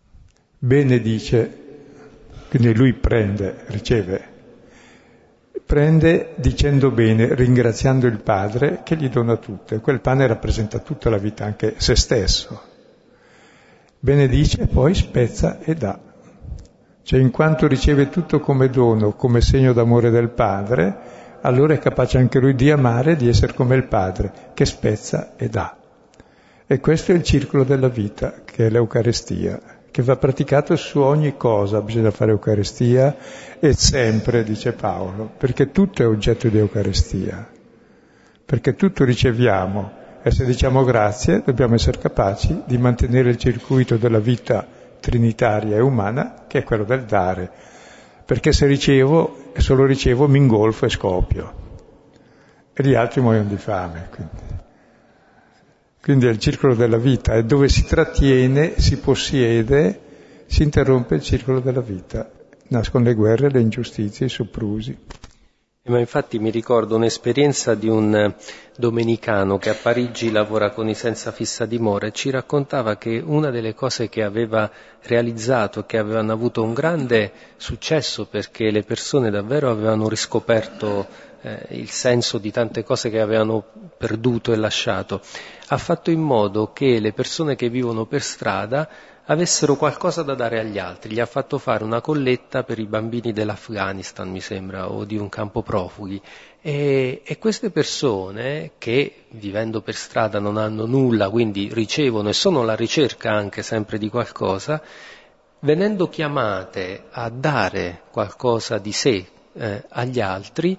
benedice, quindi lui riceve, prende dicendo bene, ringraziando il Padre che gli dona tutto, e quel pane rappresenta tutta la vita, anche se stesso. Benedice e poi spezza e dà. Cioè, in quanto riceve tutto come dono, come segno d'amore del Padre, allora è capace anche lui di amare e di essere come il Padre, che spezza e dà. E questo è il circolo della vita, che è l'Eucarestia, che va praticato su ogni cosa. Bisogna fare Eucaristia e sempre, dice Paolo, perché tutto è oggetto di Eucaristia, perché tutto riceviamo, e se diciamo grazie dobbiamo essere capaci di mantenere il circuito della vita trinitaria e umana, che è quello del dare, perché se ricevo e solo ricevo mi ingolfo e scoppio e gli altri muoiono di fame. Quindi è il circolo della vita, è dove si trattiene, si possiede, si interrompe il circolo della vita, nascono le guerre, le ingiustizie, i soprusi. Ma infatti mi ricordo un'esperienza di un domenicano che a Parigi lavora con i senza fissa dimora e ci raccontava che una delle cose che aveva realizzato, che avevano avuto un grande successo perché le persone davvero avevano riscoperto il senso di tante cose che avevano perduto e lasciato, ha fatto in modo che le persone che vivono per strada avessero qualcosa da dare agli altri. Gli ha fatto fare una colletta per i bambini dell'Afghanistan, mi sembra, o di un campo profughi. E queste persone che, vivendo per strada, non hanno nulla, quindi ricevono e sono alla ricerca anche sempre di qualcosa, venendo chiamate a dare qualcosa di sé agli altri,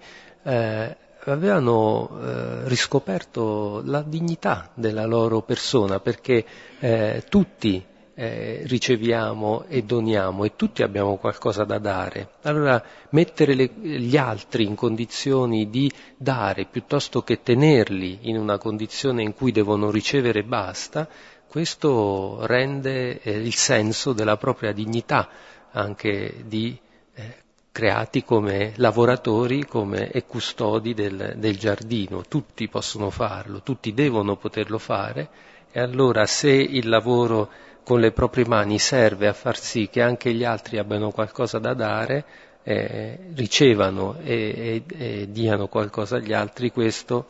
avevano riscoperto la dignità della loro persona, perché tutti riceviamo e doniamo e tutti abbiamo qualcosa da dare. Allora mettere gli altri in condizioni di dare piuttosto che tenerli in una condizione in cui devono ricevere e basta, questo rende il senso della propria dignità anche di creati come lavoratori e custodi del giardino. Tutti possono farlo, tutti devono poterlo fare, e allora se il lavoro con le proprie mani serve a far sì che anche gli altri abbiano qualcosa da dare, ricevano e diano qualcosa agli altri, questo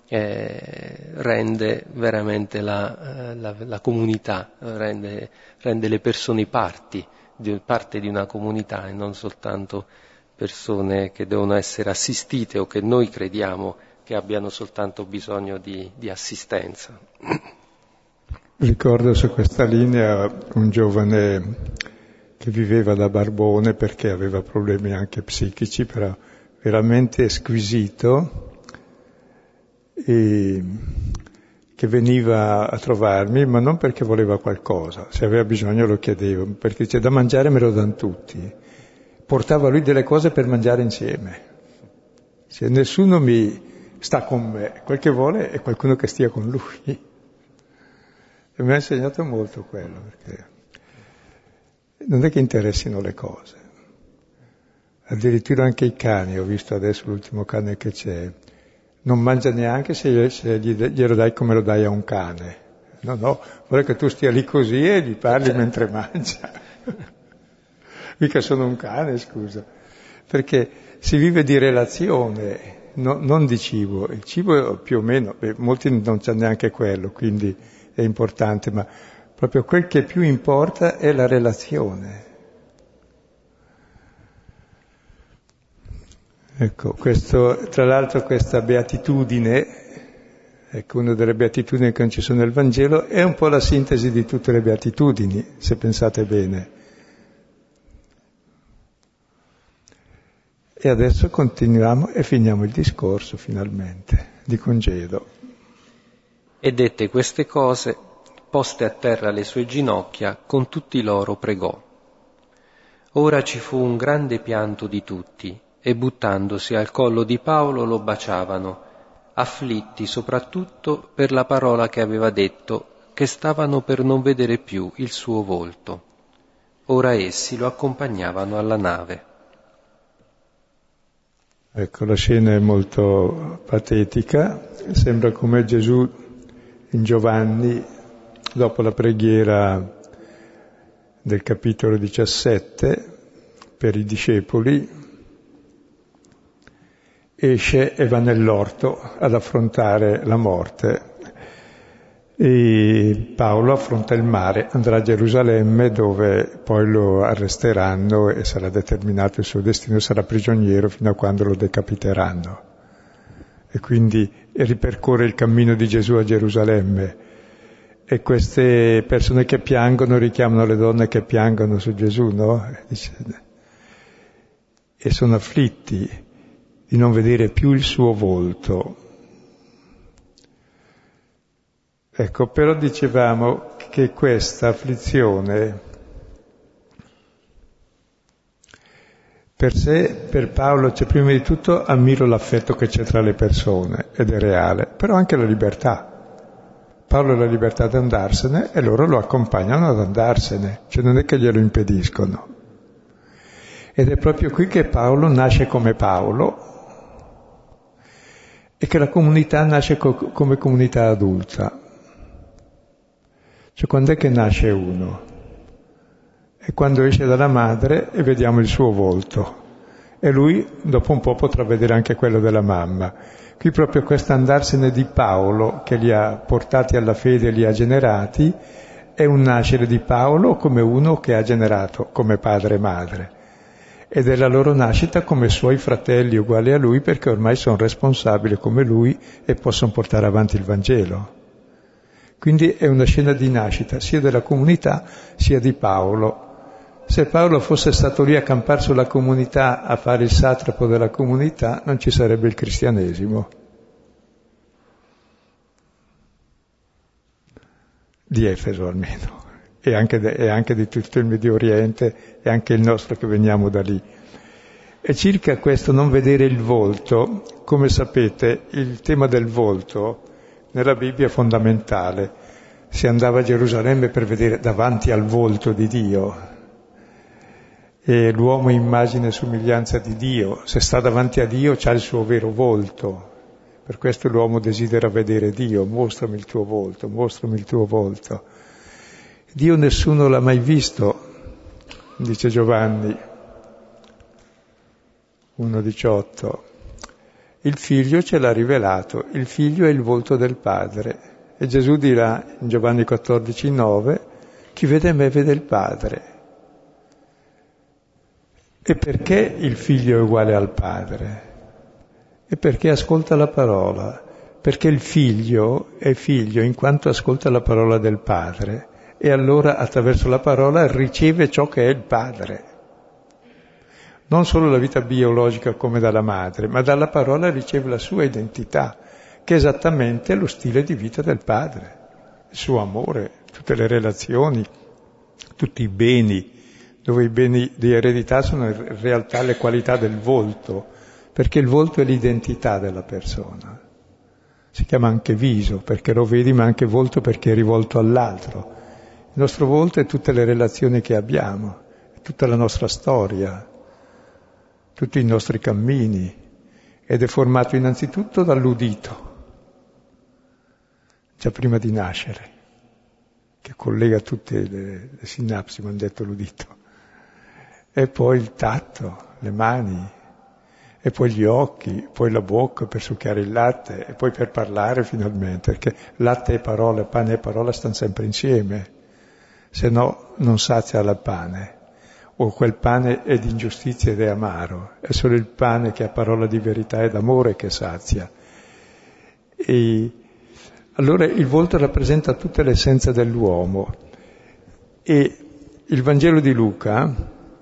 rende veramente la comunità, rende le persone parte di una comunità e non soltanto persone che devono essere assistite o che noi crediamo che abbiano soltanto bisogno di assistenza. Ricordo su questa linea un giovane che viveva da barbone perché aveva problemi anche psichici, però veramente squisito, e che veniva a trovarmi, ma non perché voleva qualcosa, se aveva bisogno lo chiedevo, perché c'è da mangiare, me lo danno tutti. Portava lui delle cose per mangiare insieme. Cioè, nessuno mi sta con me, quel che vuole è qualcuno che stia con lui. E mi ha insegnato molto quello, perché non è che interessino le cose. Addirittura anche i cani, ho visto adesso l'ultimo cane che c'è, non mangia neanche se glielo dai come lo dai a un cane. No, vuole che tu stia lì così e gli parli mentre mangia. Mica sono un cane, scusa. Perché si vive di relazione, non di cibo. Il cibo più o meno, molti non c'è neanche quello, quindi è importante, ma proprio quel che più importa è la relazione. Ecco, tra l'altro questa beatitudine, ecco, una delle beatitudini che non ci sono nel Vangelo, è un po' la sintesi di tutte le beatitudini, se pensate bene. E adesso continuiamo e finiamo il discorso, finalmente, di congedo. E dette queste cose, poste a terra le sue ginocchia, con tutti loro pregò. Ora ci fu un grande pianto di tutti, e buttandosi al collo di Paolo lo baciavano, afflitti soprattutto per la parola che aveva detto, che stavano per non vedere più il suo volto. Ora essi lo accompagnavano alla nave. Ecco, la scena è molto patetica, sembra come Gesù in Giovanni, dopo la preghiera del capitolo 17 per i discepoli, esce e va nell'orto ad affrontare la morte. E Paolo affronta il mare, andrà a Gerusalemme dove poi lo arresteranno e sarà determinato il suo destino, sarà prigioniero fino a quando lo decapiteranno. E quindi ripercorre il cammino di Gesù a Gerusalemme. E queste persone che piangono richiamano le donne che piangono su Gesù, no? E sono afflitti di non vedere più il suo volto. Ecco, però dicevamo che questa afflizione per sé, per Paolo, c'è prima di tutto ammiro l'affetto che c'è tra le persone, ed è reale, però anche la libertà. Paolo ha la libertà di andarsene e loro lo accompagnano ad andarsene, cioè non è che glielo impediscono. Ed è proprio qui che Paolo nasce come Paolo e che la comunità nasce come comunità adulta. Cioè quando è che nasce uno? È quando esce dalla madre e vediamo il suo volto. E lui dopo un po' potrà vedere anche quello della mamma. Qui proprio questo andarsene di Paolo, che li ha portati alla fede e li ha generati, è un nascere di Paolo come uno che ha generato come padre e madre. Ed è la loro nascita come suoi fratelli uguali a lui, perché ormai sono responsabili come lui e possono portare avanti il Vangelo. Quindi è una scena di nascita sia della comunità sia di Paolo. Se Paolo fosse stato lì a campare sulla comunità, a fare il satrapo della comunità, non ci sarebbe il cristianesimo. Di Efeso almeno, e anche di tutto il Medio Oriente, e anche il nostro che veniamo da lì. E circa questo non vedere il volto, come sapete, il tema del volto nella Bibbia è fondamentale. Si andava a Gerusalemme per vedere davanti al volto di Dio. E l'uomo è immagine e somiglianza di Dio. Se sta davanti a Dio c'ha il suo vero volto. Per questo l'uomo desidera vedere Dio. Mostrami il tuo volto, mostrami il tuo volto. Dio nessuno l'ha mai visto, dice Giovanni 1,18. Il Figlio ce l'ha rivelato, il Figlio è il volto del Padre. E Gesù dirà in Giovanni 14,9, chi vede me vede il Padre. E perché il Figlio è uguale al Padre? E perché ascolta la parola. Perché il Figlio è figlio in quanto ascolta la parola del Padre. E allora attraverso la parola riceve ciò che è il Padre. Non solo la vita biologica come dalla madre, ma dalla parola riceve la sua identità, che è esattamente lo stile di vita del Padre, il suo amore, tutte le relazioni, tutti i beni, dove i beni di eredità sono in realtà le qualità del volto, perché il volto è l'identità della persona. Si chiama anche viso, perché lo vedi, ma anche volto perché è rivolto all'altro. Il nostro volto è tutte le relazioni che abbiamo, è tutta la nostra storia, tutti i nostri cammini, ed è formato innanzitutto dall'udito, già prima di nascere, che collega tutte le sinapsi, mi hanno detto l'udito, e poi il tatto, le mani, e poi gli occhi, poi la bocca per succhiare il latte, e poi per parlare finalmente, perché latte e parola, pane e parola stanno sempre insieme, se no non sazia il pane. O quel pane è di ingiustizia ed è amaro, è solo il pane che ha parola di verità e d'amore che sazia. E allora il volto rappresenta tutte le essenze dell'uomo. E il Vangelo di Luca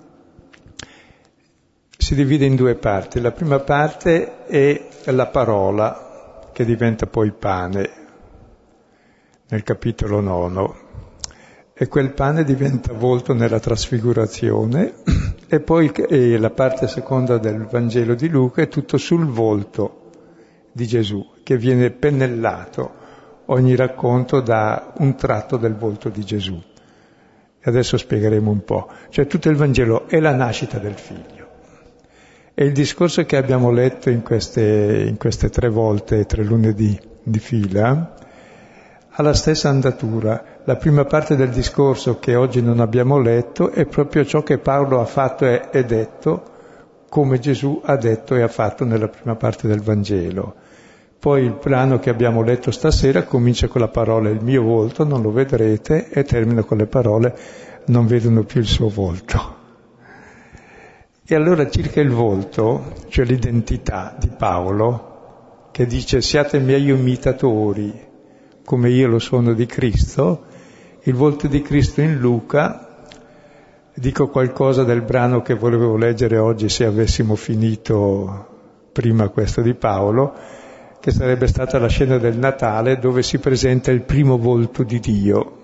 si divide in due parti. La prima parte è la parola che diventa poi pane, nel capitolo 9. E quel pane diventa volto nella trasfigurazione, e poi la parte seconda del Vangelo di Luca è tutto sul volto di Gesù, che viene pennellato, ogni racconto da un tratto del volto di Gesù. E adesso spiegheremo un po'. Cioè tutto il Vangelo è la nascita del Figlio. E il discorso che abbiamo letto in queste 3 volte, 3 lunedì di fila, ha la stessa andatura. La prima parte del discorso che oggi non abbiamo letto è proprio ciò che Paolo ha fatto e detto come Gesù ha detto e ha fatto nella prima parte del Vangelo. Poi il brano che abbiamo letto stasera comincia con la parola il mio volto, non lo vedrete, e termina con le parole non vedono più il suo volto. E allora circa il volto, cioè l'identità di Paolo, che dice siate miei imitatori come io lo sono di Cristo, il volto di Cristo in Luca, dico qualcosa del brano che volevo leggere oggi se avessimo finito prima questo di Paolo, che sarebbe stata la scena del Natale dove si presenta il primo volto di Dio.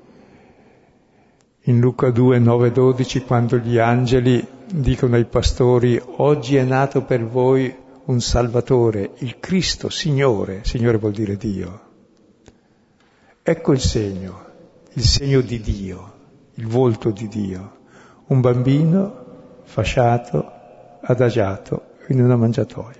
In Luca 2, 9, 12, quando gli angeli dicono ai pastori oggi è nato per voi un Salvatore, il Cristo, Signore vuol dire Dio. Ecco il segno di Dio, il volto di Dio, un bambino fasciato, adagiato in una mangiatoia.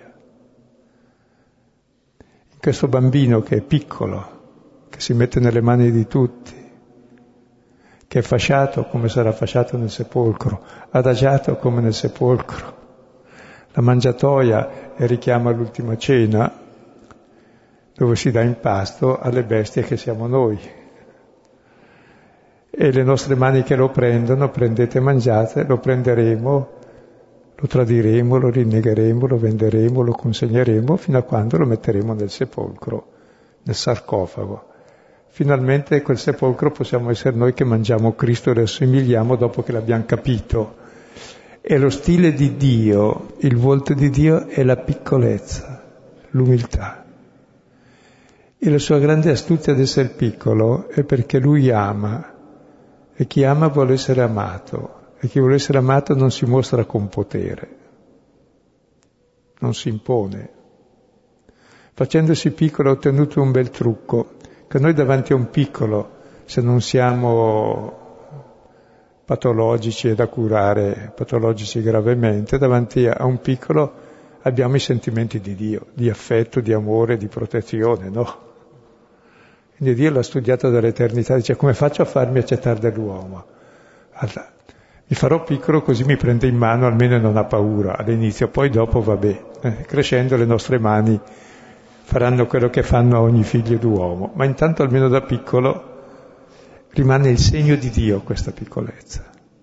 In questo bambino che è piccolo, che si mette nelle mani di tutti, che è fasciato come sarà fasciato nel sepolcro, adagiato come nel sepolcro. La mangiatoia richiama l'ultima cena, dove si dà in pasto alle bestie che siamo noi. E le nostre mani che lo prendono, prendete e mangiate, lo prenderemo, lo tradiremo, lo rinnegheremo, lo venderemo, lo consegneremo, fino a quando lo metteremo nel sepolcro, nel sarcofago. Finalmente quel sepolcro possiamo essere noi che mangiamo Cristo e lo assimiliamo dopo che l'abbiamo capito. E lo stile di Dio, il volto di Dio è la piccolezza, l'umiltà. E la sua grande astuzia ad essere piccolo è perché Lui ama, e chi ama vuole essere amato, e chi vuole essere amato non si mostra con potere, non si impone. Facendosi piccolo ha ottenuto un bel trucco, che noi davanti a un piccolo, se non siamo patologici e da curare, patologici gravemente, davanti a un piccolo abbiamo i sentimenti di Dio, di affetto, di amore, di protezione, no? Quindi Dio l'ha studiato dall'eternità, dice come faccio a farmi accettare dall'uomo? Allora, mi farò piccolo così mi prende in mano, almeno non ha paura all'inizio, poi dopo vabbè, crescendo le nostre mani faranno quello che fanno a ogni figlio d'uomo, ma intanto almeno da piccolo rimane il segno di Dio questa piccolezza.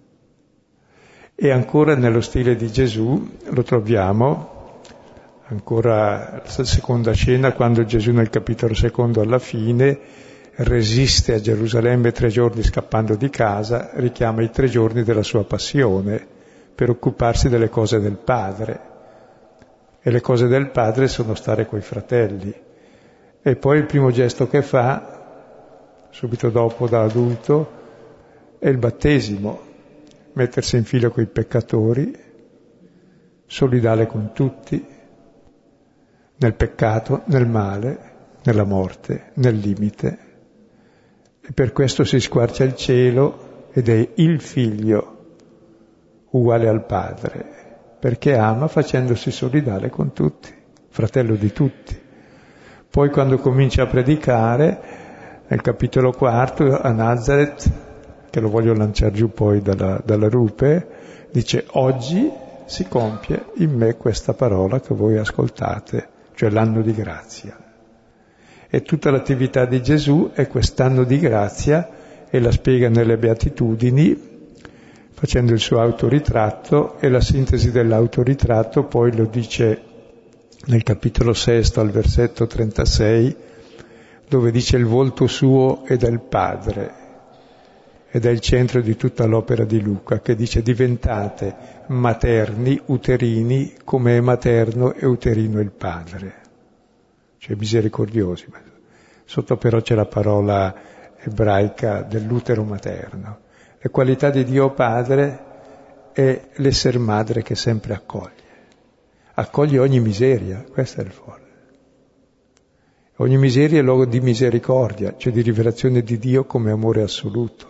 E ancora nello stile di Gesù lo troviamo, ancora la seconda scena, quando Gesù nel capitolo 2 alla fine resiste a Gerusalemme 3 giorni scappando di casa, richiama i 3 giorni della sua passione per occuparsi delle cose del Padre. E le cose del Padre sono stare coi fratelli. E poi il primo gesto che fa, subito dopo da adulto, è il battesimo, mettersi in fila coi peccatori, solidale con tutti, nel peccato, nel male, nella morte, nel limite. E per questo si squarcia il cielo ed è il Figlio uguale al Padre, perché ama facendosi solidale con tutti, fratello di tutti. Poi quando comincia a predicare, nel capitolo 4 a Nazareth, che lo voglio lanciare giù poi dalla rupe, dice oggi si compie in me questa parola che voi ascoltate, cioè l'anno di grazia. E tutta l'attività di Gesù è quest'anno di grazia e la spiega nelle Beatitudini, facendo il suo autoritratto, e la sintesi dell'autoritratto poi lo dice nel capitolo 6 al versetto 36, dove dice il volto suo è del Padre, ed è il centro di tutta l'opera di Luca, che dice diventate materni, uterini, come è materno e uterino il Padre, cioè misericordiosi. Sotto però c'è la parola ebraica dell'utero materno. La qualità di Dio Padre è l'essere madre che sempre accoglie ogni miseria, questo è il folle. Ogni miseria è luogo di misericordia, cioè di rivelazione di Dio come amore assoluto.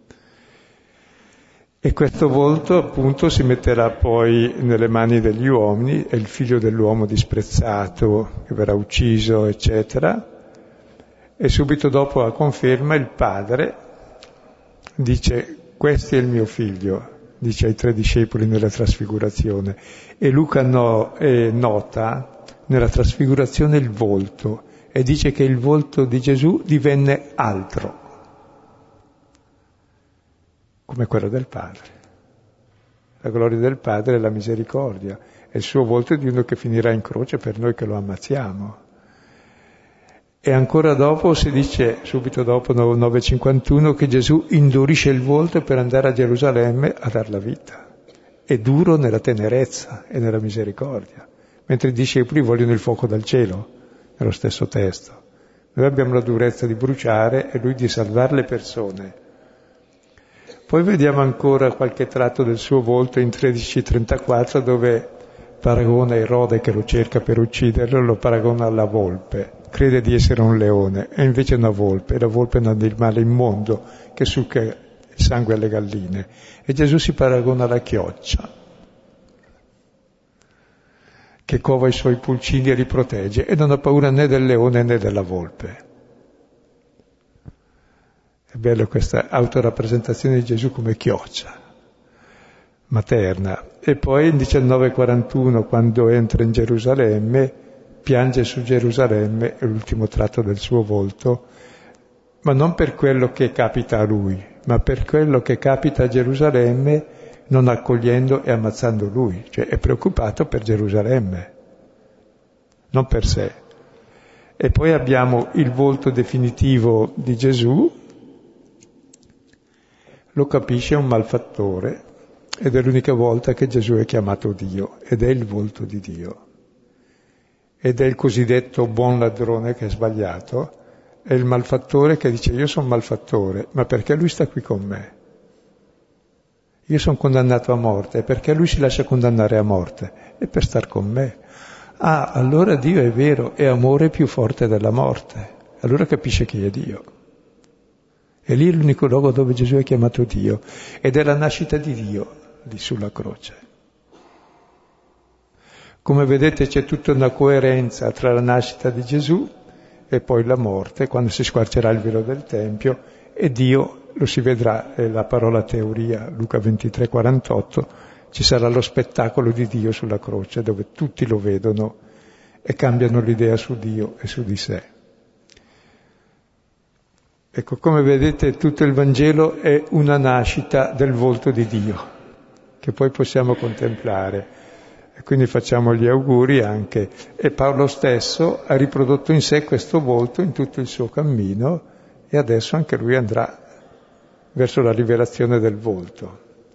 E questo volto appunto si metterà poi nelle mani degli uomini, è il figlio dell'uomo disprezzato che verrà ucciso, eccetera, e subito dopo la conferma il padre dice questo è il mio figlio, dice ai 3 discepoli nella trasfigurazione, e Luca nota nella trasfigurazione il volto, e dice che il volto di Gesù divenne altro, come quello del Padre. La gloria del Padre è la misericordia, e il suo volto è di uno che finirà in croce per noi che lo ammazziamo. E ancora dopo si dice, subito dopo 9:51, che Gesù indurisce il volto per andare a Gerusalemme a dar la vita. È duro nella tenerezza e nella misericordia, mentre i discepoli vogliono il fuoco dal cielo, nello stesso testo. Noi abbiamo la durezza di bruciare e lui di salvare le persone. Poi vediamo ancora qualche tratto del suo volto in 13:34, dove paragona Erode che lo cerca per ucciderlo, lo paragona alla volpe. Crede di essere un leone, e invece è una volpe, e la volpe è un animale immondo che succa il sangue alle galline. E Gesù si paragona alla chioccia, che cova i suoi pulcini e li protegge, e non ha paura né del leone né della volpe. È bella questa autorappresentazione di Gesù come chioccia materna. E poi in 19:41, quando entra in Gerusalemme, piange su Gerusalemme, è l'ultimo tratto del suo volto, ma non per quello che capita a lui, ma per quello che capita a Gerusalemme non accogliendo e ammazzando lui. Cioè è preoccupato per Gerusalemme, non per sé. E poi abbiamo il volto definitivo di Gesù, lo capisce un malfattore, ed è l'unica volta che Gesù è chiamato Dio, ed è il volto di Dio. Ed è il cosiddetto buon ladrone che è sbagliato, è il malfattore che dice io sono malfattore, ma perché lui sta qui con me? Io sono condannato a morte, perché lui si lascia condannare a morte? È per star con me. Ah, allora Dio è vero, è amore più forte della morte. Allora capisce chi è Dio. E lì è l'unico luogo dove Gesù è chiamato Dio, ed è la nascita di Dio lì sulla croce. Come vedete c'è tutta una coerenza tra la nascita di Gesù e poi la morte, quando si squarcerà il velo del Tempio, e Dio lo si vedrà, è la parola teoria, Luca 23:48, ci sarà lo spettacolo di Dio sulla croce, dove tutti lo vedono e cambiano l'idea su Dio e su di sé. Ecco, come vedete tutto il Vangelo è una nascita del volto di Dio, che poi possiamo contemplare. E quindi facciamo gli auguri anche. E Paolo stesso ha riprodotto in sé questo volto in tutto il suo cammino, e adesso anche lui andrà verso la rivelazione del volto.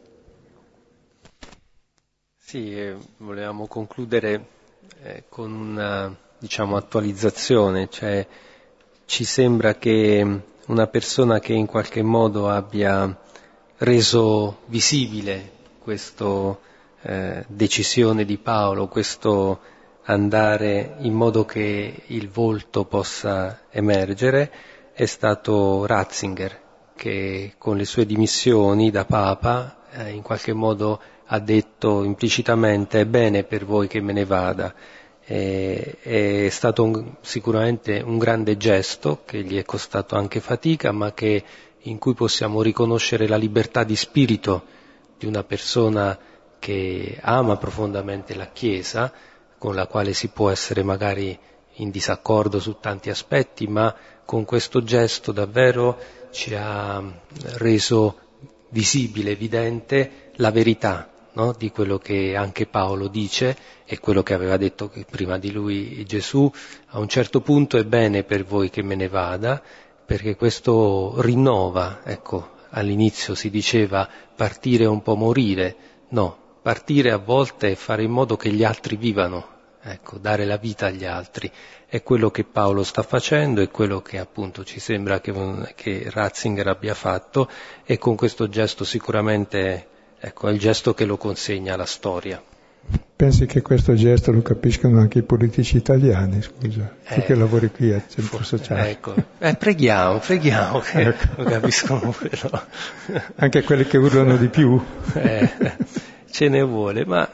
Sì, volevamo concludere con una, attualizzazione, cioè ci sembra che una persona che in qualche modo abbia reso visibile questo decisione di Paolo, questo andare in modo che il volto possa emergere, è stato Ratzinger, che con le sue dimissioni da Papa in qualche modo ha detto implicitamente: è bene per voi che me ne vada. È stato sicuramente un grande gesto che gli è costato anche fatica, ma in cui possiamo riconoscere la libertà di spirito di una persona che ama profondamente la Chiesa, con la quale si può essere magari in disaccordo su tanti aspetti, ma con questo gesto davvero ci ha reso visibile, evidente la verità, no? Di quello che anche Paolo dice e quello che aveva detto prima di lui Gesù. A un certo punto: è bene per voi che me ne vada, perché questo rinnova. Ecco, all'inizio si diceva partire è un po' morire. No, partire a volte è fare in modo che gli altri vivano, ecco, dare la vita agli altri. È quello che Paolo sta facendo, è quello che appunto ci sembra che Ratzinger abbia fatto, e con questo gesto sicuramente, ecco, è il gesto che lo consegna alla storia. Pensi che questo gesto lo capiscano anche i politici italiani, scusa? Tu che lavori qui al centro sociale. Ecco, preghiamo che lo capiscono quello. Anche quelli che urlano di più. Ce ne vuole, ma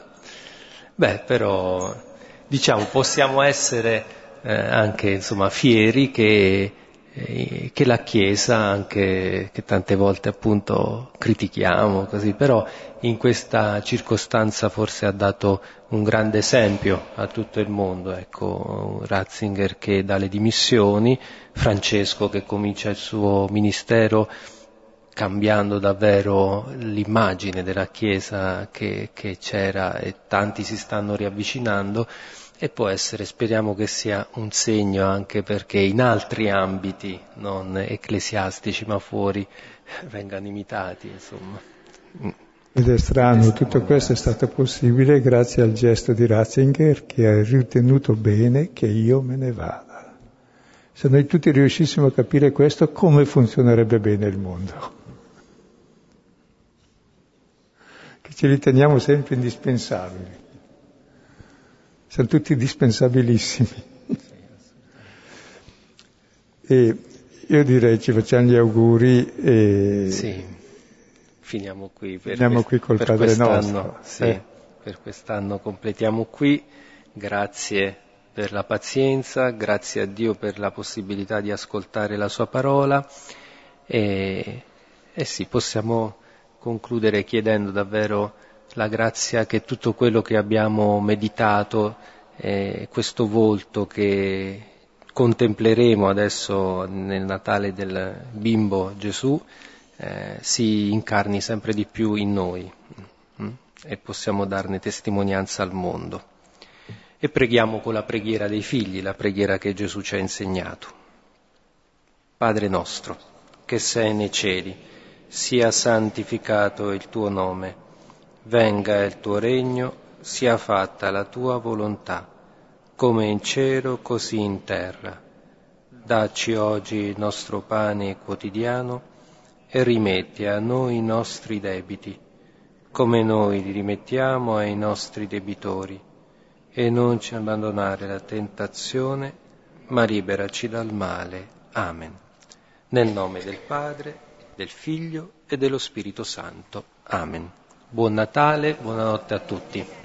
però possiamo essere anche fieri che che la Chiesa, anche che tante volte appunto critichiamo così, però in questa circostanza forse ha dato un grande esempio a tutto il mondo, ecco, Ratzinger che dà le dimissioni, Francesco che comincia il suo ministero cambiando davvero l'immagine della Chiesa che c'era, e tanti si stanno riavvicinando, e può essere, speriamo che sia un segno anche perché in altri ambiti, non ecclesiastici ma fuori, vengano imitati, insomma. Ed è strano, tutto questo è stato possibile grazie al gesto di Ratzinger che ha ritenuto bene che io me ne vada. Se noi tutti riuscissimo a capire questo, come funzionerebbe bene il mondo? Che ci riteniamo sempre indispensabili. Siamo tutti indispensabilissimi. E io direi ci facciamo gli auguri e sì, finiamo qui col Padre nostro. Sì, per quest'anno completiamo qui. Grazie per la pazienza, grazie a Dio per la possibilità di ascoltare la sua parola e sì, possiamo concludere chiedendo davvero la grazia che tutto quello che abbiamo meditato, questo volto che contempleremo adesso nel Natale del bimbo Gesù, si incarni sempre di più in noi e possiamo darne testimonianza al mondo. E preghiamo con la preghiera dei figli, la preghiera che Gesù ci ha insegnato. Padre nostro, che sei nei cieli, sia santificato il tuo nome, venga il tuo regno, sia fatta la tua volontà, come in cielo così in terra. Dacci oggi il nostro pane quotidiano e rimetti a noi i nostri debiti, come noi li rimettiamo ai nostri debitori. E non ci abbandonare alla tentazione, ma liberaci dal male. Amen. Nel nome del Padre, del Figlio e dello Spirito Santo. Amen. Buon Natale, buonanotte a tutti.